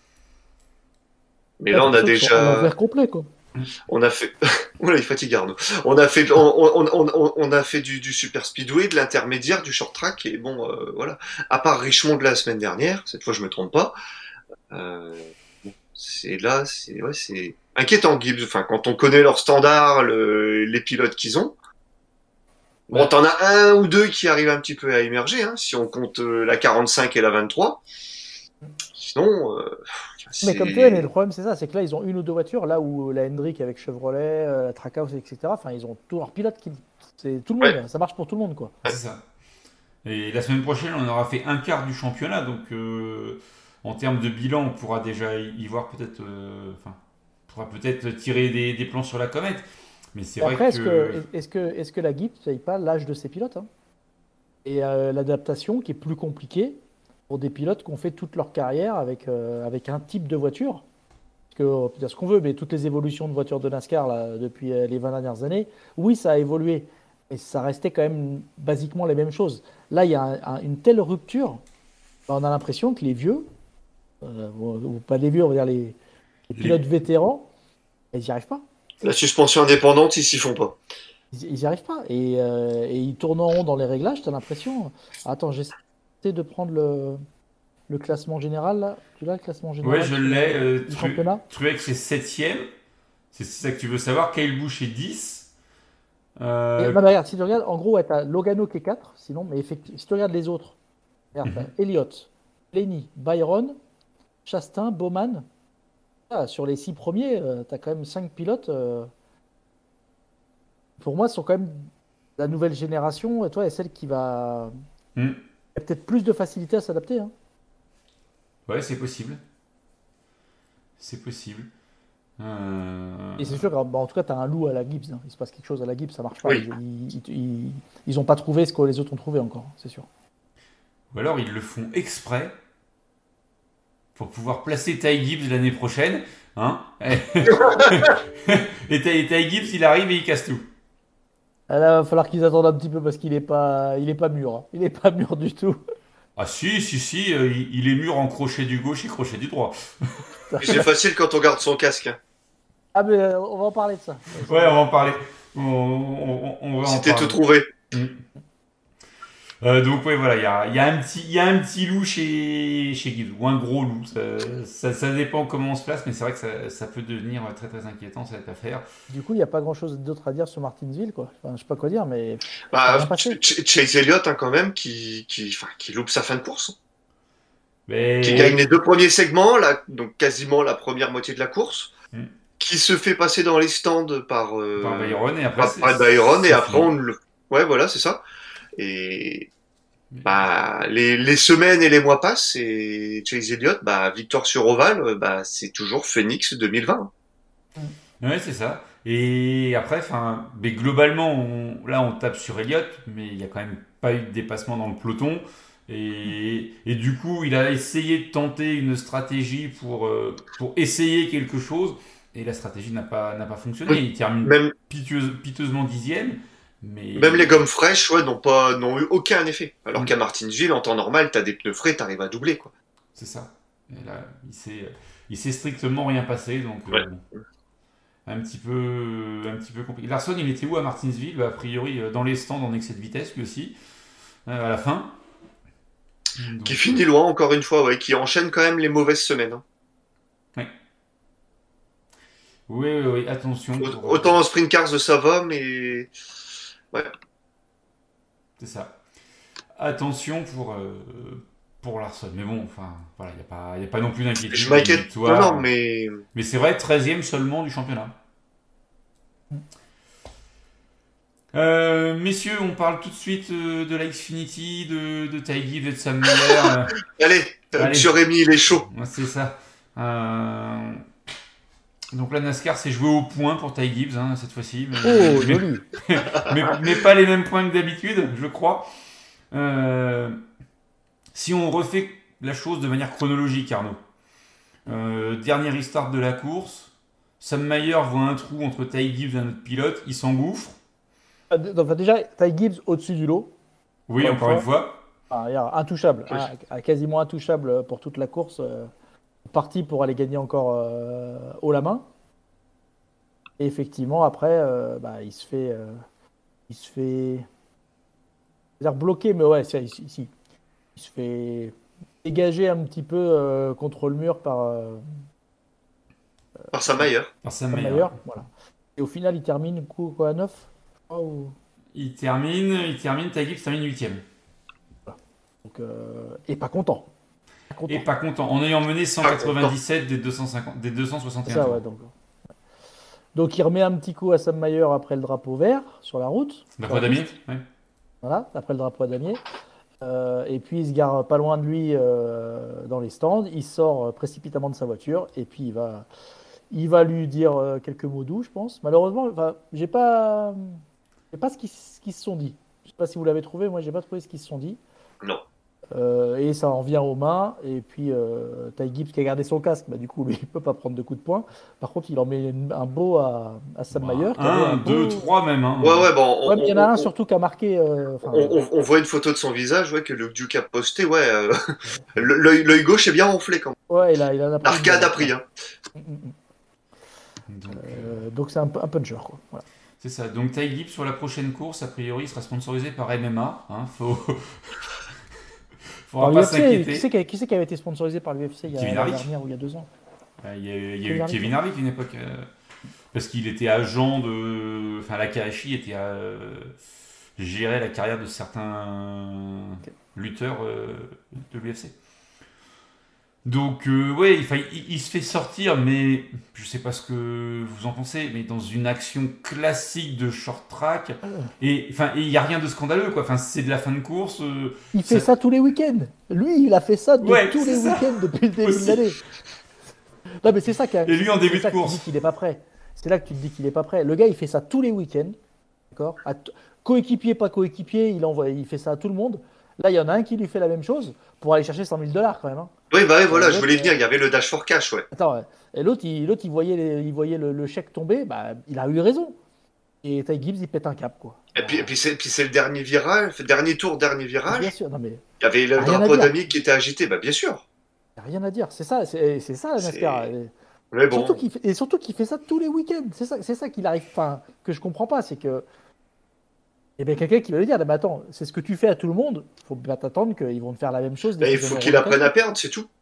Mais Ouais, là, t'as on a l'impression qu'ils sont à déjà, l'envers complet, quoi. on a fait, oula, il fatigue Arnaud. On a fait du super speedway, de l'intermédiaire, du short track, et bon, voilà. À part Richmond de la semaine dernière, cette fois je me trompe pas, euh, bon, ouais, c'est inquiétant, Gibbs. Enfin, quand on connaît leurs standards, les pilotes qu'ils ont. Bon, Bah, t'en as un ou deux qui arrivent un petit peu à émerger, hein, si on compte la 45 et la 23. Sinon, Mais comme tu vois, mais le c'est... problème c'est ça, c'est que là ils ont une ou deux voitures, là où la Hendrick avec Chevrolet, la Trackhouse, etc. Enfin, ils ont tous leurs pilotes c'est tout le Ouais, monde, ça marche pour tout le monde, quoi. c'est ça. Et la semaine prochaine, on aura fait un quart du championnat, donc en termes de bilan, on pourra déjà y voir peut-être, enfin, on pourra peut-être tirer des plans sur la comète. Mais c'est Et vrai après, que est-ce que la Jeep ne paye pas l'âge de ses pilotes, hein, et l'adaptation qui est plus compliquée pour des pilotes qui ont fait toute leur carrière avec un type de voiture? Parce que, on peut dire ce qu'on veut, mais toutes les évolutions de voitures de NASCAR là, depuis les 20 dernières années, oui, ça a évolué, mais ça restait quand même basiquement les mêmes choses. Là, il y a une telle rupture, on a l'impression que les vieux, ou pas les vieux, on va dire les les, pilotes vétérans, ils n'y arrivent pas. la suspension indépendante, ils s'y font pas. Ils n'y arrivent pas. Et ils tournent en rond dans les réglages, tu as l'impression. Attends, j'essaie de prendre le classement général, là. Tu l'as, le classement ouais, général je sur l'ai. le championnat? Truex est 7ème. C'est ça que tu veux savoir. Kyle Busch est 10. Et, non, mais regarde, si tu regardes, en gros, ouais, tu as Logano qui est 4, sinon, mais effectivement, si tu regardes les autres, regarde, Mhm. t'as Elliott, Blaney, Byron, Chastain, Bowman. Ah, sur les 6 premiers, tu as quand même 5 pilotes. Pour moi, ce sont quand même la nouvelle génération, et toi, est celle qui va. Hmm. Il y a peut-être plus de facilité à s'adapter, hein. Ouais, c'est possible. C'est possible. Et c'est sûr qu'en tout cas, tu as un loup à la Gibbs, hein. Il se passe quelque chose à la Gibbs, ça marche pas. Oui. Ils ont pas trouvé ce que les autres ont trouvé encore, c'est sûr. Ou alors ils le font exprès pour pouvoir placer Ty Gibbs l'année prochaine. Hein. Et Ty Gibbs, il arrive et il casse tout. Ah, là, il va falloir qu'ils attendent un petit peu parce qu'il est pas mûr, hein. Il est pas mûr du tout. Ah si, il est mûr en crochet du gauche et crochet du droit. C'est facile quand on garde son casque, hein. Ah, mais on va en parler de ça. Ouais, on va en parler. On va en C'était tout parler. trouvé. Mm. Donc ouais, voilà, il y a un petit loup chez Gibbs, ou un gros loup. Ça dépend comment on se place, mais c'est vrai que ça peut devenir très très inquiétant cette affaire. Du coup, il n'y a pas grand-chose d'autre à dire sur Martinsville, quoi. Enfin, je sais pas quoi dire, mais ça n'a Bah, rien passé. Chase Elliott, hein, quand même, qui loupe sa fin de course, qui gagne Mais les deux premiers segments, là, donc quasiment la première moitié de la course, Hmm. qui se fait passer dans les stands par, par Byron, et après par Byron, et c'est après fini. on le... Ouais, voilà, c'est ça. Et bah, les semaines et les mois passent, et Chase Elliott, bah, victoire sur Oval, bah, c'est toujours Phoenix 2020. Ouais, c'est ça. Et après, enfin, mais globalement, là, on tape sur Elliott, mais il y a quand même pas eu de dépassement dans le peloton. Et du coup, il a essayé de tenter une stratégie pour essayer quelque chose. Et la stratégie n'a pas fonctionné. Oui. Il termine Même, piteusement dixième. même les Mais gommes fraîches, ouais, n'ont eu aucun effet. Alors qu'à Martinsville, en temps normal, t'as des pneus frais, t'arrives à doubler, quoi. c'est ça. Et là, il s'est strictement rien passé. Donc, Ouais. bon, un petit peu compliqué. Larson, il était où à Martinsville? Bah, a priori, dans les stands en excès de vitesse, lui aussi, à la fin. Qui Donc, finit loin, encore une fois, ouais, qui enchaîne quand même les mauvaises semaines, hein. ouais. Oui, oui, oui, attention pour. Autant en sprint cars ça va, mais ouais. C'est ça. Attention pour Larson. Mais bon, enfin, voilà, il y a pas non plus d'inquiétude. Je Il y a une m'inquiète. Non, non, victoire. mais Mais c'est vrai, 13e seulement du championnat. Messieurs, on parle tout de suite de la Xfinity, de Ty Gibbs et de Sam Mayer. allez, Allez, Monsieur Rémi, il est chaud. ouais, c'est ça. Donc la NASCAR s'est joué au point pour Ty Gibbs hein, cette fois-ci, Oh, joli. mais pas les mêmes points que d'habitude, je crois. Euh, si on refait la chose de manière chronologique, Arnaud. Dernier restart de la course, Sam Mayer voit un trou entre Ty Gibbs et un autre pilote, il s'engouffre. Enfin, déjà, Ty Gibbs au-dessus du lot, Oui, encore une fois. Enfin, regarde, intouchable, Oui. quasiment intouchable pour toute la course. Parti pour aller gagner encore haut la main. Et effectivement, après, bah, il se fait, je veux dire bloqué, mais ouais, il se fait dégager un petit peu contre le mur par Par sa Mayer. Par Sam Sam Mayer. Mayer, voilà. Et au final, il termine quoi, à 9? Il termine, Ty Gibbs termine 8ème. Donc, et pas content. Pas Et content. pas content, en ayant mené Pas content. 197 des 250, des C'est 261 ça, tours. ouais, donc il remet un petit coup à Sam Mayer après le drapeau vert sur la route. La sur fois la d'Amier piste. ouais. Voilà, après le drapeau à damier. Et puis il se gare pas loin de lui dans les stands. Il sort précipitamment de sa voiture et puis il va lui dire quelques mots doux, je pense. Malheureusement, enfin, j'ai pas ce qu'ils se sont dit. Je sais pas si vous l'avez trouvé. Moi, j'ai pas trouvé ce qu'ils se sont dit. Non. Et ça en vient aux mains. Et puis Ty Gibbs qui a gardé son casque, bah, du coup, lui, il peut pas prendre de coups de poing. Par contre, il en met un beau à Sam Mayer qui avait un 1, 2, beau. 3 même. Hein. Ouais, ouais, bon, Ouais, mais il y en a un surtout qui a marqué. Enfin, on voit une photo de son visage, ouais, que le Duke a posté, ouais. L'œil gauche est bien enflé quand même. ouais, il en a pris une. L'arcade a pris, hein. Donc, Donc c'est un puncher, quoi. Voilà. c'est ça. Donc Ty Gibbs sur la prochaine course, a priori, il sera sponsorisé par MMA. Hein. Faudra Par pas l'UFC, s'inquiéter. qui c'est qui avait été sponsorisé par l'UFC Kevin l'année Harvick. dernière ou il y a 2 ans? Il y a eu Kevin Harvick, Kevin Harvick à une époque. Parce qu'il était agent de. Enfin, la KHI était gérait la carrière de certains lutteurs de l'UFC. Donc, ouais, enfin, il se fait sortir, mais je sais pas ce que vous en pensez, mais dans une action classique de short track, et enfin, il y a rien de scandaleux, quoi. Enfin, c'est de la fin de course. Il fait ça tous les week-ends. Lui, il a fait ça Ouais, tous les c'est ça. week-ends depuis le début Aussi. de l'année. Non, mais c'est ça qui Et lui, en début de tu course. dis qu'il est pas prêt. C'est là que tu te dis qu'il est pas prêt. Le gars, il fait ça tous les week-ends. D'accord? Coéquipier, pas coéquipier, il fait ça à tout le monde. Là, il y en a un qui lui fait la même chose pour aller chercher 100 000 $ quand même. Hein. Oui, bah ouais, voilà, l'autre, je voulais venir, il y avait le dash for cash, ouais. Attends, et l'autre, il voyait, il voyait le chèque tomber. Bah, il a eu raison. Et Ty Gibbs, il pète un cap, quoi. Et puis c'est le dernier virage, dernier tour, dernier Bien virage. sûr, non mais Il y avait le Rien à drapeau dire. d'ami qui était agité, bah bien sûr. y a rien à dire. C'est ça, c'est ça la C'est- NASCAR. Mais bon, Surtout qu'il fait ça tous les week-ends. C'est ça qu'il arrive. Enfin, que je comprends pas, c'est que Et bien quelqu'un qui va lui dire, mais attends, c'est ce que tu fais à tout le monde, il faut bien t'attendre qu'ils vont te faire la même chose. dès Mais il qu'ils en faut auront qu'il apprenne l'occasion. à perdre, c'est tout.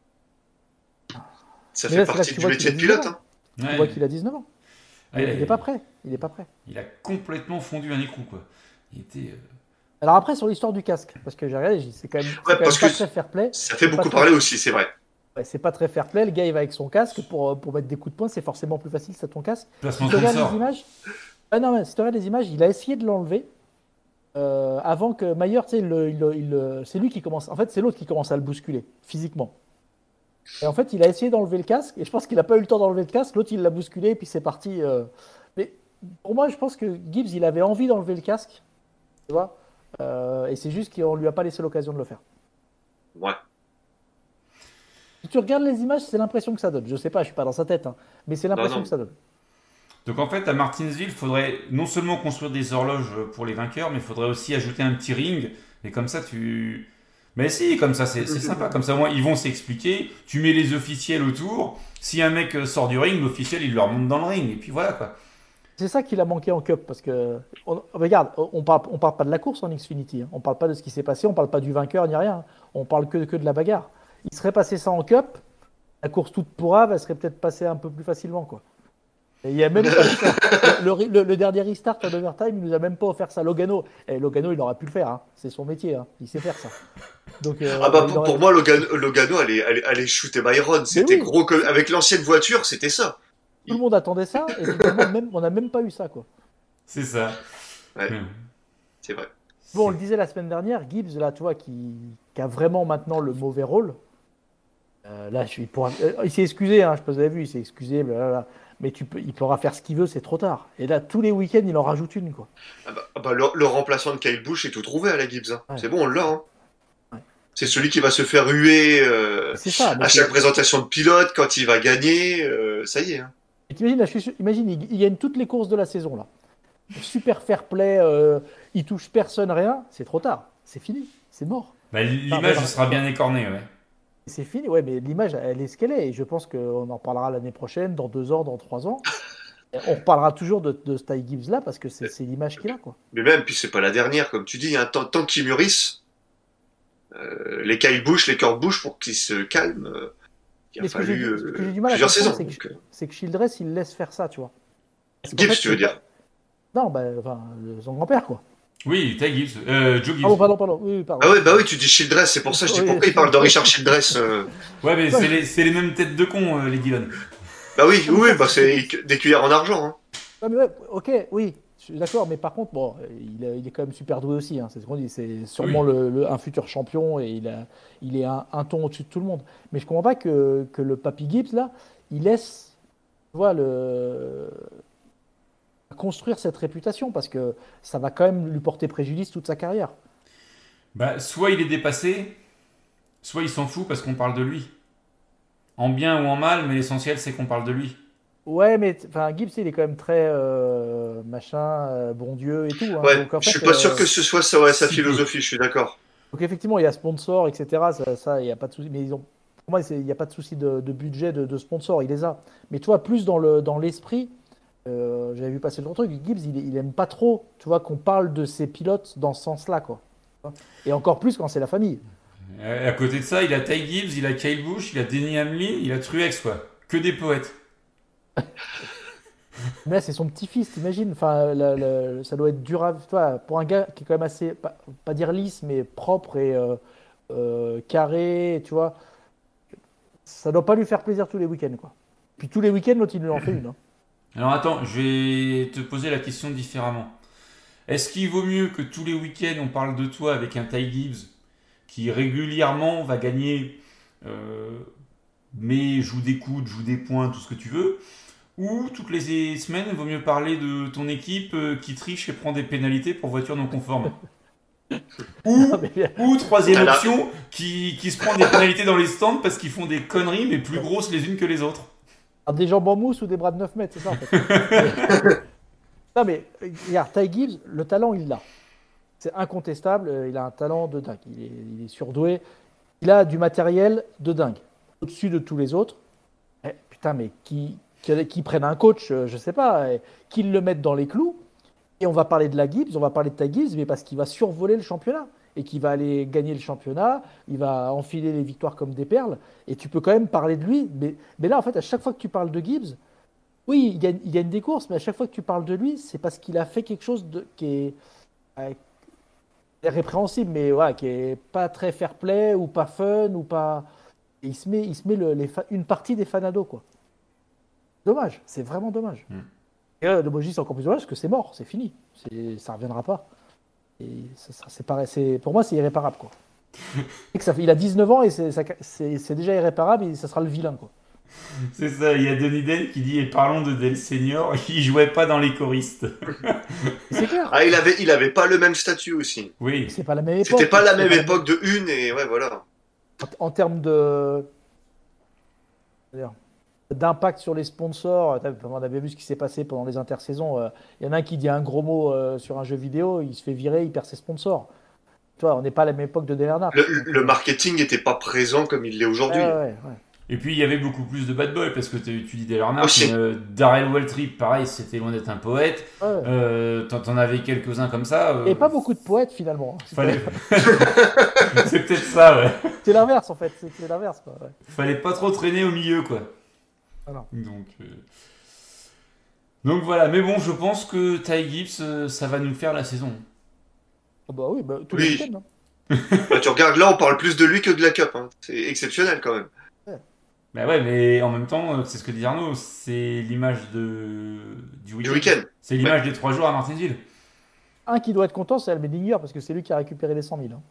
Ça Mais fait là, c'est là que partie tu du vois métier qu'il de a 19 pilote. ans. Hein. Tu Ouais, vois qu'il a 19 ans. ouais, Il n'est pas prêt. Il n'est pas prêt. il a complètement fondu un écrou, quoi. Il était. Alors après, sur l'histoire du casque, parce que j'ai regardé, c'est quand même, c'est Ouais, quand parce même pas que très fair play. ça fait C'est pas beaucoup très- parler aussi, c'est vrai. Ouais, c'est pas très fair play. Le gars, il va avec son casque pour mettre des coups de poing. C'est forcément plus facile, c'est ton casque. Placement Si tu regardes sponsor. les images, ah non, mais si tu regardes les images, il a essayé de l'enlever avant que Mayer, tu sais, c'est lui qui commence. En fait, c'est l'autre qui commence à le bousculer physiquement. Et en fait, il a essayé d'enlever le casque, et je pense qu'il n'a pas eu le temps d'enlever le casque. L'autre, il l'a bousculé, et puis c'est parti. Mais pour moi, je pense que Gibbs, il avait envie d'enlever le casque, tu vois, et c'est juste qu'on lui a pas laissé l'occasion de le faire. Ouais. Si tu regardes les images, c'est l'impression que ça donne. Je sais pas, je suis pas dans sa tête, hein, mais c'est l'impression non. que ça donne. Donc en fait, à Martinsville, il faudrait non seulement construire des horloges pour les vainqueurs, mais il faudrait aussi ajouter un petit ring. Et comme ça, tu. Mais si, comme ça, c'est sympa. Comme ça, au moins, ils vont s'expliquer. Tu mets les officiels autour. Si un mec sort du ring, l'officiel, il le remonte dans le ring. Et puis voilà, quoi. C'est ça qu'il a manqué en Cup, parce que regarde, on parle pas de la course en Xfinity, hein. On parle pas de ce qui s'est passé, on parle pas du vainqueur ni rien, hein. On parle que de la bagarre. Il serait passé ça en Cup, la course toute pourrave, elle serait peut-être passée un peu plus facilement, quoi. Et il y a même pas eu ça. Le dernier restart en overtime, il nous a même pas offert ça. Logano, et Logano, il aurait pu le faire, hein. C'est son métier, hein. Il sait faire ça. Donc, Ah bah il aurait- pour moi, Logano allait shooter Byron. C'était oui. gros que avec l'ancienne voiture, c'était ça. Tout le monde attendait ça, et finalement, on n'a même pas eu ça, quoi. C'est ça. Ouais. Hum. C'est vrai. Bon, on le disait la semaine dernière, Gibbs, là, tu vois, qui a vraiment maintenant le mauvais rôle. Là, il s'est excusé, hein, je sais pas si vous avez vu, il s'est excusé, blablabla. Mais il pourra faire ce qu'il veut, c'est trop tard. Et là, tous les week-ends, il en rajoute une, quoi. Le remplaçant de Kyle Busch est tout trouvé à la Gibbs. Hein. Ouais. C'est bon, on l'a. Hein. Ouais. C'est celui qui va se faire huer C'est ça. à chaque présentation de pilote quand il va gagner. Ça y est. Hein. Et t'imagines, là, imagine, il gagne toutes les courses de la saison, là. Super fair play, il touche personne, rien. C'est trop tard. C'est fini. C'est mort. Bah, l'image sera bien écornée, ouais. C'est fini, ouais, mais l'image, elle est ce qu'elle est. Et je pense qu'on en reparlera l'année prochaine, dans 2 ans, dans 3 ans. Et on reparlera toujours de ce Ty Gibbs là parce que c'est l'image qu'il a, quoi. Mais même, puis c'est pas la dernière, comme tu dis. Hein. Tant qu'ils mûrissent, les Kyle Busch, les Kurt Busch, pour qu'ils se calment, il a Mais ce que j'ai fallu du mal à plusieurs comprendre, saisons. c'est que Childress, il laisse faire ça, tu vois. Parce qu'en Gibbs, fait, tu veux dire. Non, enfin, son grand-père, quoi. Oui, Ty Gibbs. Joe Gibbs. Pardon. Oui, pardon. Ah ouais, bah oui, tu dis Childress, c'est pour ça que je dis Oui. pourquoi il parle de Richard Childress. Ouais, mais c'est les mêmes têtes de con, les Dillon. Bah oui, c'est des cuillères en argent. Hein. Ah, mais ouais, ok, oui, je suis d'accord, mais par contre, bon, il est quand même super doué aussi, hein, c'est ce qu'on dit, c'est sûrement un futur champion et il est un ton au-dessus de tout le monde. Mais je comprends pas que le Papy Gibbs, là, il laisse, tu vois, construire cette réputation parce que ça va quand même lui porter préjudice toute sa carrière. Bah, soit il est dépassé, soit il s'en fout parce qu'on parle de lui. En bien ou en mal, mais l'essentiel c'est qu'on parle de lui. Ouais, mais enfin, Gibbs, il est quand même très machin, bon Dieu et tout, hein. Ouais, Donc, en je suis fait, pas sûr que ce soit ça, ouais, sa si philosophie, je suis d'accord. donc effectivement, il y a sponsor, etc. Ça, il n'y a pas de souci. Mais pour moi, il n'y a pas de souci de budget de sponsor, il les a. Mais tu vois, plus dans l'esprit, j'avais vu passer le truc, Gibbs, il aime pas trop, tu vois, qu'on parle de ses pilotes dans ce sens-là, quoi. Et encore plus quand c'est la famille. À côté de ça, il a Ty Gibbs, il a Kyle Busch, il a Denny Hamlin, il a Truex, quoi. Que des poètes. Mais là, c'est son petit-fils, t'imagines. Enfin, ça doit être dur toi, pour un gars qui est quand même assez, pas dire lisse, mais propre et carré, tu vois. Ça doit pas lui faire plaisir tous les week-ends, quoi. Puis tous les week-ends, l'autre, il lui en fait une, hein. Alors attends, je vais te poser la question différemment. Est-ce qu'il vaut mieux que tous les week-ends on parle de toi avec un Ty Gibbs qui régulièrement va gagner, mais joue des coudes, joue des points, tout ce que tu veux, ou toutes les semaines il vaut mieux parler de ton équipe qui triche et prend des pénalités pour voiture non conforme? Non, mais- Ou troisième T'as la- option, qui se prend des pénalités dans les stands parce qu'ils font des conneries mais plus grosses les unes que les autres. Alors, des jambes en mousse ou des bras de 9 mètres, c'est ça en fait. Non mais regarde, Ty Gibbs, le talent il l'a. C'est incontestable, il a un talent de dingue. Il est surdoué. Il a du matériel de dingue. Au-dessus de tous les autres. Putain, mais qui prenne un coach, je sais pas, qu'il le mette dans les clous. Et on va parler de la Gibbs, on va parler de ta Gibbs, mais parce qu'il va survoler le championnat et qu'il va aller gagner le championnat, il va enfiler les victoires comme des perles, et tu peux quand même parler de lui. Mais là, en fait, à chaque fois que tu parles de Gibbs, oui, il gagne des courses, mais à chaque fois que tu parles de lui, c'est parce qu'il a fait quelque chose euh, qui est répréhensible, mais voilà, qui est pas très fair-play ou pas fun ou pas. Et il se met une partie des fanados, quoi. Dommage, c'est vraiment dommage. Mm. Et moi, je dis c'est encore plus dommage parce que c'est mort, c'est fini, ça reviendra pas. Et c'est pareil, pour moi, c'est irréparable, quoi. Et il a 19 ans et c'est déjà irréparable et ça sera le vilain, quoi. C'est ça, il y a Denis Dell qui dit, et parlons de Dell Senior, il jouait pas dans les choristes. C'est clair. Ah, il avait pas le même statut aussi. Oui, C'est pas la même époque. C'était pas la c'est même pas époque de une, et ouais, voilà. En termes d'impact sur les sponsors, on a bien vu ce qui s'est passé pendant les intersaisons. Il y en a un qui dit un gros mot sur un jeu vidéo, il se fait virer, il perd ses sponsors. Tu vois, on n'est pas à la même époque de Dale Earnhardt. Le marketing n'était pas présent comme il l'est aujourd'hui. Ouais. et puis il y avait beaucoup plus de bad boy, parce que tu dis Dale Earnhardt, Aussi. Darrell Waltrip, pareil, c'était loin d'être un poète. Ouais. T'en avais quelques-uns comme ça. Et pas beaucoup de poètes finalement. Fallait... c'est peut-être ça, ouais. C'est l'inverse en fait, c'est l'inverse, quoi. Ouais. Fallait pas trop traîner au milieu, quoi. Voilà. Donc voilà, mais bon, je pense que Ty Gibbs, ça va nous faire la saison. Ah bah oui, tous les Oui. week-ends. Hein. Bah, tu regardes là, on parle plus de lui que de la Cup, hein. C'est exceptionnel quand même. Bah ouais, mais en même temps, c'est ce que dit Arnaud, c'est l'image du Du week-end. week-end. C'est l'image des 3 jours à Martinsville. Un qui doit être content, c'est Allmendinger parce que c'est lui qui a récupéré les 100 000. Hein.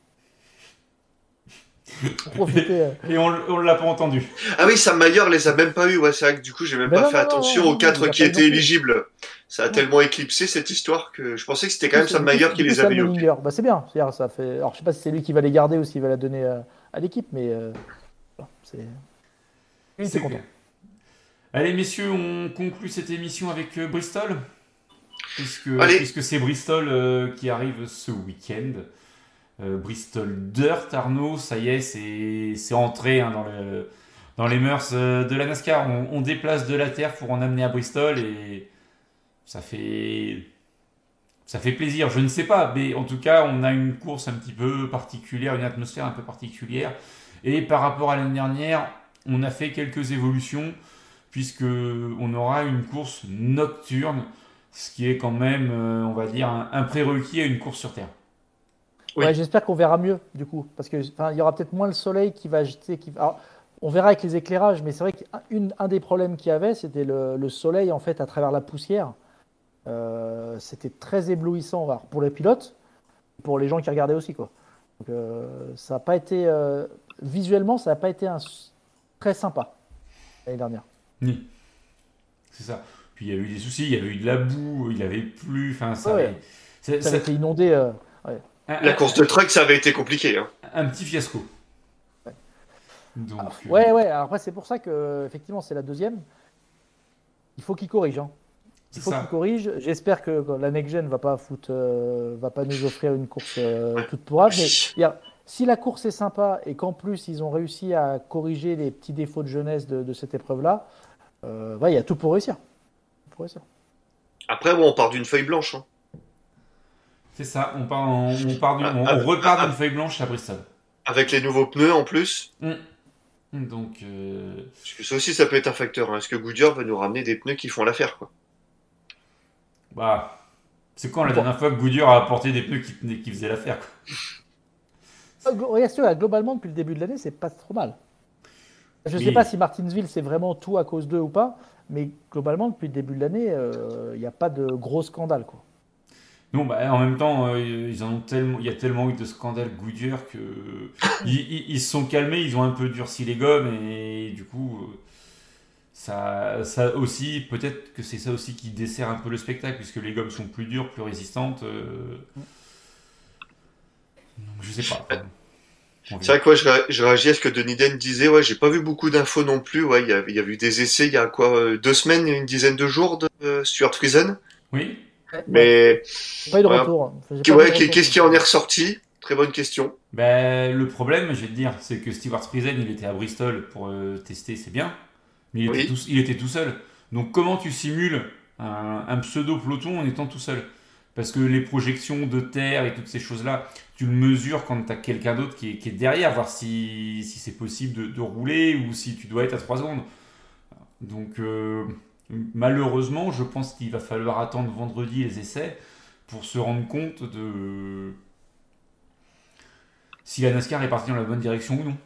Pour profiter. Et on l'a pas entendu. Ah oui, Sam Mayer les a même pas eu. Ouais, c'est vrai que du coup, j'ai même Mais pas non, fait non, attention non, aux 4 il a qui pas eu étaient non plus. éligibles. Ça a Non. tellement éclipsé cette histoire que je pensais que c'était quand même Sam Mayer qui Du coup, les c'est avait eu. Allmendinger. Bah, c'est bien. C'est-à-dire, ça fait. Alors, je sais pas si c'est lui qui va les garder ou s'il va la donner à l'équipe, mais voilà, c'est. Lui, C'est c'est content. clair. Allez, messieurs, on conclut cette émission avec Bristol. Allez. Puisque c'est Bristol qui arrive ce week-end. Bristol Dirt, Arnaud, ça y est, c'est entré hein, dans les mœurs de la NASCAR. On déplace de la terre pour en amener à Bristol et ça fait plaisir. Je ne sais pas, mais en tout cas, on a une course un petit peu particulière, une atmosphère un peu particulière. Et par rapport à l'année dernière, on a fait quelques évolutions puisque on aura une course nocturne, ce qui est quand même, on va dire, un prérequis à une course sur terre. Oui. Ouais, j'espère qu'on verra mieux, du coup. Parce que, enfin, il y aura peut-être moins le soleil qui va jeter. Alors, on verra avec les éclairages, mais c'est vrai qu'un des problèmes qu'il y avait, c'était le soleil, en fait, à travers la poussière. C'était très éblouissant alors, pour les pilotes, pour les gens qui regardaient aussi, quoi. Donc, ça n'a pas été. Visuellement, ça n'a pas été très sympa l'année dernière. Oui, c'est ça. Puis il y a eu des soucis, il y avait eu de la boue, il avait plu, enfin ça Ouais. avait- c'est- Ça avait été inondé. Ouais. La course de truck, ça avait été compliqué. Hein. un petit fiasco. Ouais. Donc, Ouais. Alors après, c'est pour ça que, effectivement, c'est la deuxième. Il faut qu'il corrige. Hein. Il c'est faut qu'il ça. corrige. J'espère que la Next Gen va pas va pas nous offrir une course toute pourrave. Mais si la course est sympa et qu'en plus ils ont réussi à corriger les petits défauts de jeunesse de cette épreuve-là, il y a tout pour réussir. Pour réussir. Après, bon, on part d'une feuille blanche. Hein. C'est ça, on repart d'une feuille blanche à Bristol. Avec les nouveaux pneus en plus. Donc, Parce que ça aussi, ça peut être un facteur. Hein. Est-ce que Goodyear va nous ramener des pneus qui font l'affaire, quoi? bah, c'est quand la dernière fois que Goodyear a apporté des pneus qui faisaient l'affaire, quoi. Regarde, tu vois, globalement, depuis le début de l'année, c'est pas trop mal. Je Oui. sais pas si Martinsville, c'est vraiment tout à cause d'eux ou pas, mais globalement, depuis le début de l'année, il n'y a pas de gros scandale, quoi. Non, bah, en même temps, il y a tellement eu de scandales Goodyear que ils se sont calmés, ils ont un peu durci les gommes et du coup, ça aussi, peut-être que c'est ça aussi qui dessert un peu le spectacle puisque les gommes sont plus dures, plus résistantes. Donc, je sais pas. On C'est verra. vrai que moi, je réagis à ce que Denis Den disait. Ouais, j'ai pas vu beaucoup d'infos non plus. Ouais, il y a eu des essais il y a quoi, 2 semaines, une dizaine de jours de Stuart Friesen. Oui, Mais J'ai pas eu de ouais, retour. Enfin, j'ai pas eu de retour. qu'est-ce qui en est ressorti? Très bonne question. ben, le problème, je vais te dire, c'est que Stewart Friesen, il était à Bristol pour tester, c'est bien, mais il était tout seul. Donc comment tu simules un pseudo-peloton en étant tout seul? Parce que les projections de terre et toutes ces choses-là, tu le mesures quand tu as quelqu'un d'autre qui est derrière, voir si c'est possible de rouler ou si tu dois être à 3 secondes. Donc, malheureusement, je pense qu'il va falloir attendre vendredi les essais pour se rendre compte de si la NASCAR est partie dans la bonne direction ou non.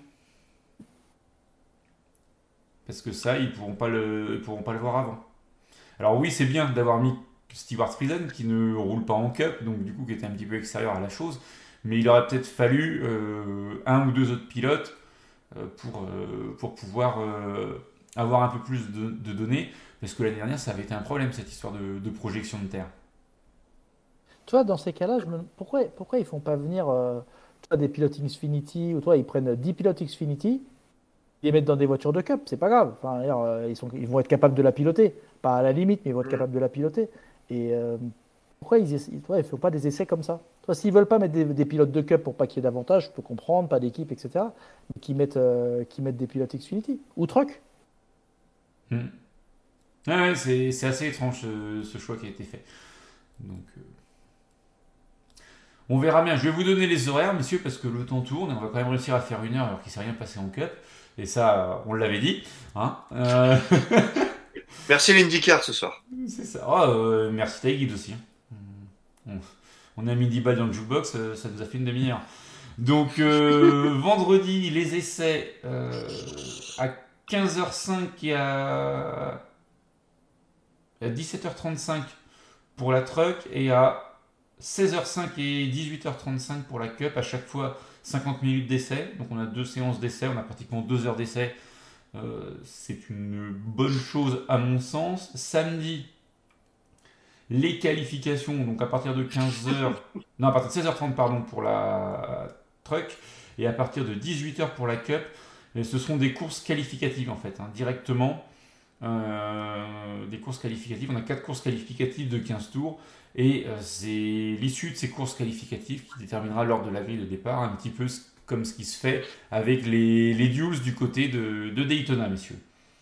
Parce que ça, ils pourront pas le voir avant. Alors oui, c'est bien d'avoir mis Stewart Friesen qui ne roule pas en cup, donc du coup qui était un petit peu extérieur à la chose, mais il aurait peut-être fallu un ou deux autres pilotes pour pouvoir avoir un peu plus de données, parce que l'année dernière ça avait été un problème cette histoire de projection de terre. Toi, dans ces cas-là, pourquoi ils font pas venir toi, des pilotes Xfinity ou toi, ils prennent 10 pilotes Xfinity, ils les mettent dans des voitures de Cup, c'est pas grave. Enfin, d'ailleurs, ils vont être capables de la piloter. Pas à la limite, mais ils vont être capables de la piloter. Et pourquoi ouais, ils font pas des essais comme ça? Toi, s'ils veulent pas mettre des pilotes de Cup pour pas qu'il y ait d'avantage, je peux comprendre, pas d'équipe, etc. Mais qui mettent des pilotes Xfinity ou Truck. Hmm. Ouais, c'est assez étrange ce choix qui a été fait. Donc, on verra bien. Je vais vous donner les horaires, messieurs, parce que le temps tourne et on va quand même réussir à faire 1 heure alors qu'il ne s'est rien passé en cup. Et ça, on l'avait dit. Hein. Merci l'IndyCar ce soir. C'est ça. Oh, merci Taïguid aussi. On a mis 10 balles dans le jukebox, ça nous a fait une demi-heure. Donc, vendredi, les essais à 15h05 et à 17h35 pour la truck et à 16h05 et 18h35 pour la cup. À chaque fois 50 minutes d'essai. Donc on a 2 séances d'essai, on a pratiquement 2 heures d'essai. C'est une bonne chose à mon sens. Samedi, les qualifications, donc à partir de 15h, non, à partir de 16h30 pardon, pour la truck et à partir de 18h pour la cup. Et ce sont des courses qualificatives en fait, hein, directement. Des courses qualificatives. On a 4 courses qualificatives de 15 tours et c'est l'issue de ces courses qualificatives qui déterminera l'ordre de la grille de départ, un petit peu comme ce qui se fait avec les duels du côté de Daytona, messieurs.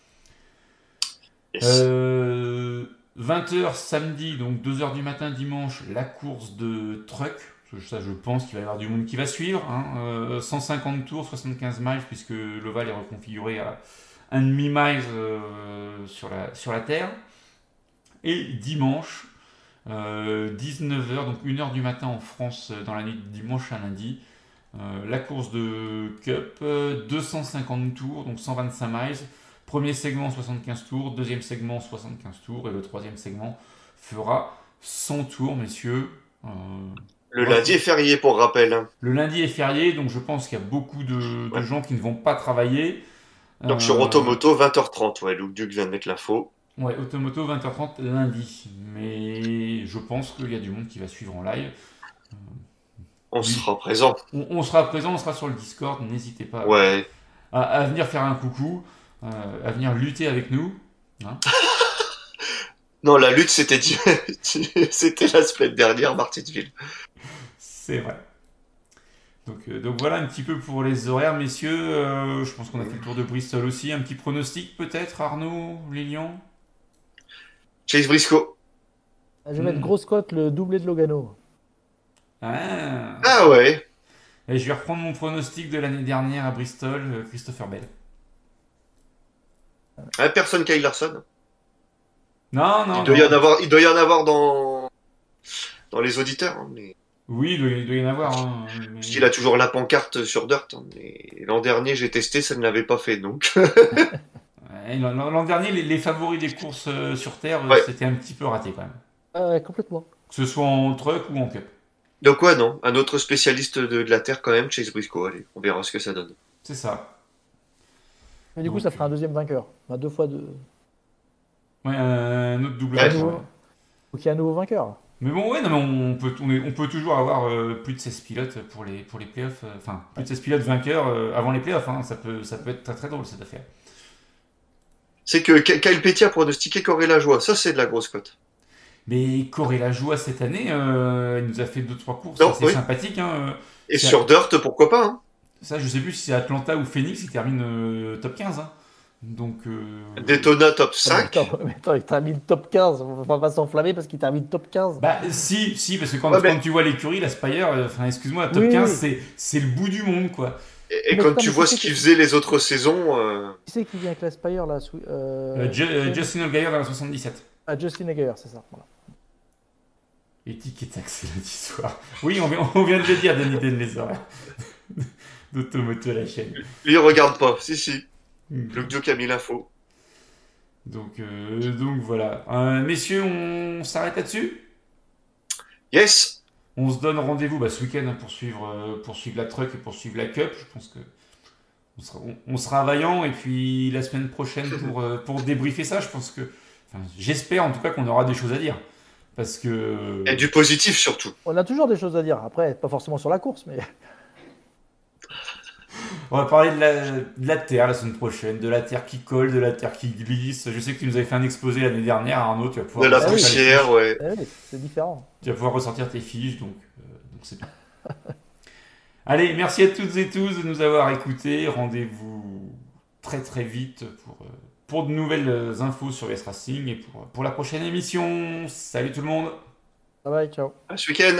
Yes. 20h samedi, donc 2h du matin dimanche, la course de truck. Ça, je pense qu'il va y avoir du monde qui va suivre. Hein. 150 tours, 75 miles, puisque l'ovale est reconfiguré à 1,5 miles sur la terre. Et dimanche, 19h, donc 1h du matin en France, dans la nuit de dimanche à lundi, la course de Cup, 250 tours, donc 125 miles. Premier segment 75 tours, deuxième segment 75 tours, et le troisième segment fera 100 tours, messieurs. Le lundi est férié pour rappel. Hein. Le lundi est férié, donc je pense qu'il y a beaucoup de Ouais. gens qui ne vont pas travailler. Donc sur Automoto, 20h30. Ouais, Luke Duke vient de mettre l'info. Ouais, Automoto 20h30 lundi. Mais je pense qu'il y a du monde qui va suivre en live. On Oui. sera présent. On sera présent, on sera sur le Discord. N'hésitez pas Ouais. à venir faire un coucou, à venir lutter avec nous. Hein. Non, la lutte, c'était c'était la semaine dernière, Martinsville. C'est vrai. Donc voilà un petit peu pour les horaires, messieurs. Je pense qu'on a fait le tour de Bristol aussi. Un petit pronostic peut-être, Arnaud, Lilian? Chase Briscoe. Je vais mettre grosse cote, le doublé de Logano. Ah. Ah ouais. Et je vais reprendre mon pronostic de l'année dernière à Bristol, Christopher Bell. Ah, personne Kyle Larson. Non, non, Il doit non. il doit y en avoir dans les auditeurs. Hein, mais... Oui, il doit y en avoir. Hein, mais- Parce qu'il a toujours la pancarte sur Dirt. Hein, mais l'an dernier, j'ai testé, ça ne l'avait pas fait. Donc, Ouais, l'an dernier, les favoris des courses sur Terre, ouais. c'était un petit peu raté quand même. Ouais, complètement. Que ce soit en truck ou en cup. Donc ouais, non. Un autre spécialiste de la Terre quand même, Chase Briscoe. Allez, on verra ce que ça donne. C'est ça. Mais du coup, Donc, ça fera un deuxième vainqueur. Enfin, 2 fois 2. Ouais, un autre double Ouais. vainqueur, ouais. Donc il y a un nouveau vainqueur. Mais bon, ouais, non, mais on peut toujours avoir plus de 16 pilotes pour les playoffs. Enfin, plus de 16 pilotes vainqueurs avant les playoffs. Hein, ça peut être très très drôle cette affaire. C'est que Kyle Petty a pronostiqué Corey Lajoie. Ça, c'est de la grosse cote. Mais Corey Lajoie cette année, il nous a fait 2-3 courses Non, assez oui. sympathiques. Hein. Et C'est- sur Dirt, pourquoi pas hein. Ça, je sais plus si c'est Atlanta ou Phoenix qui termine top 15. Hein. Donc, Daytona top 5. Attends, il termine top 15. On va pas s'enflammer parce qu'il termine top 15. bah si, parce que quand, Ouais, mais- quand tu vois l'écurie, la Spire, enfin excuse-moi, top Oui, 15, oui. c'est le bout du monde, quoi. Et Mais quand attends, tu mais vois tu ce sais qu'il que- faisait les autres saisons, Qui c'est qui vient avec la Spire là Justin Allgaier dans la 77. Justin Hager, c'est ça. Voilà. Éthique et taxe, c'est lundi soir. Oui, on vient de le dire, Danny Den, les horaires d'Automoto à la chaîne. lui il regarde pas. Si, Hmm. Luke Duke a mis l'info. Donc voilà. Messieurs, on s'arrête là-dessus. Yes. On se donne rendez-vous ce week-end pour suivre la truck et pour suivre la cup. Je pense que on sera vaillant et puis la semaine prochaine pour débriefer ça. Je pense que, enfin, j'espère en tout cas qu'on aura des choses à dire parce que Et du positif surtout. On a toujours des choses à dire. Après, pas forcément sur la course, mais on va parler de la terre la semaine prochaine, de la terre qui colle, de la terre qui glisse. Je sais que tu nous avais fait un exposé l'année dernière, Arnaud. Tu vas De pouvoir la ressortir les poussière, fiches. ouais. oui, c'est différent. Tu vas pouvoir ressortir tes fiches, donc c'est bien. Allez, merci à toutes et tous de nous avoir écoutés. Rendez-vous très très vite pour de nouvelles infos sur US Racing et pour la prochaine émission. Salut tout le monde! Bye bye, ciao. À ce week-end.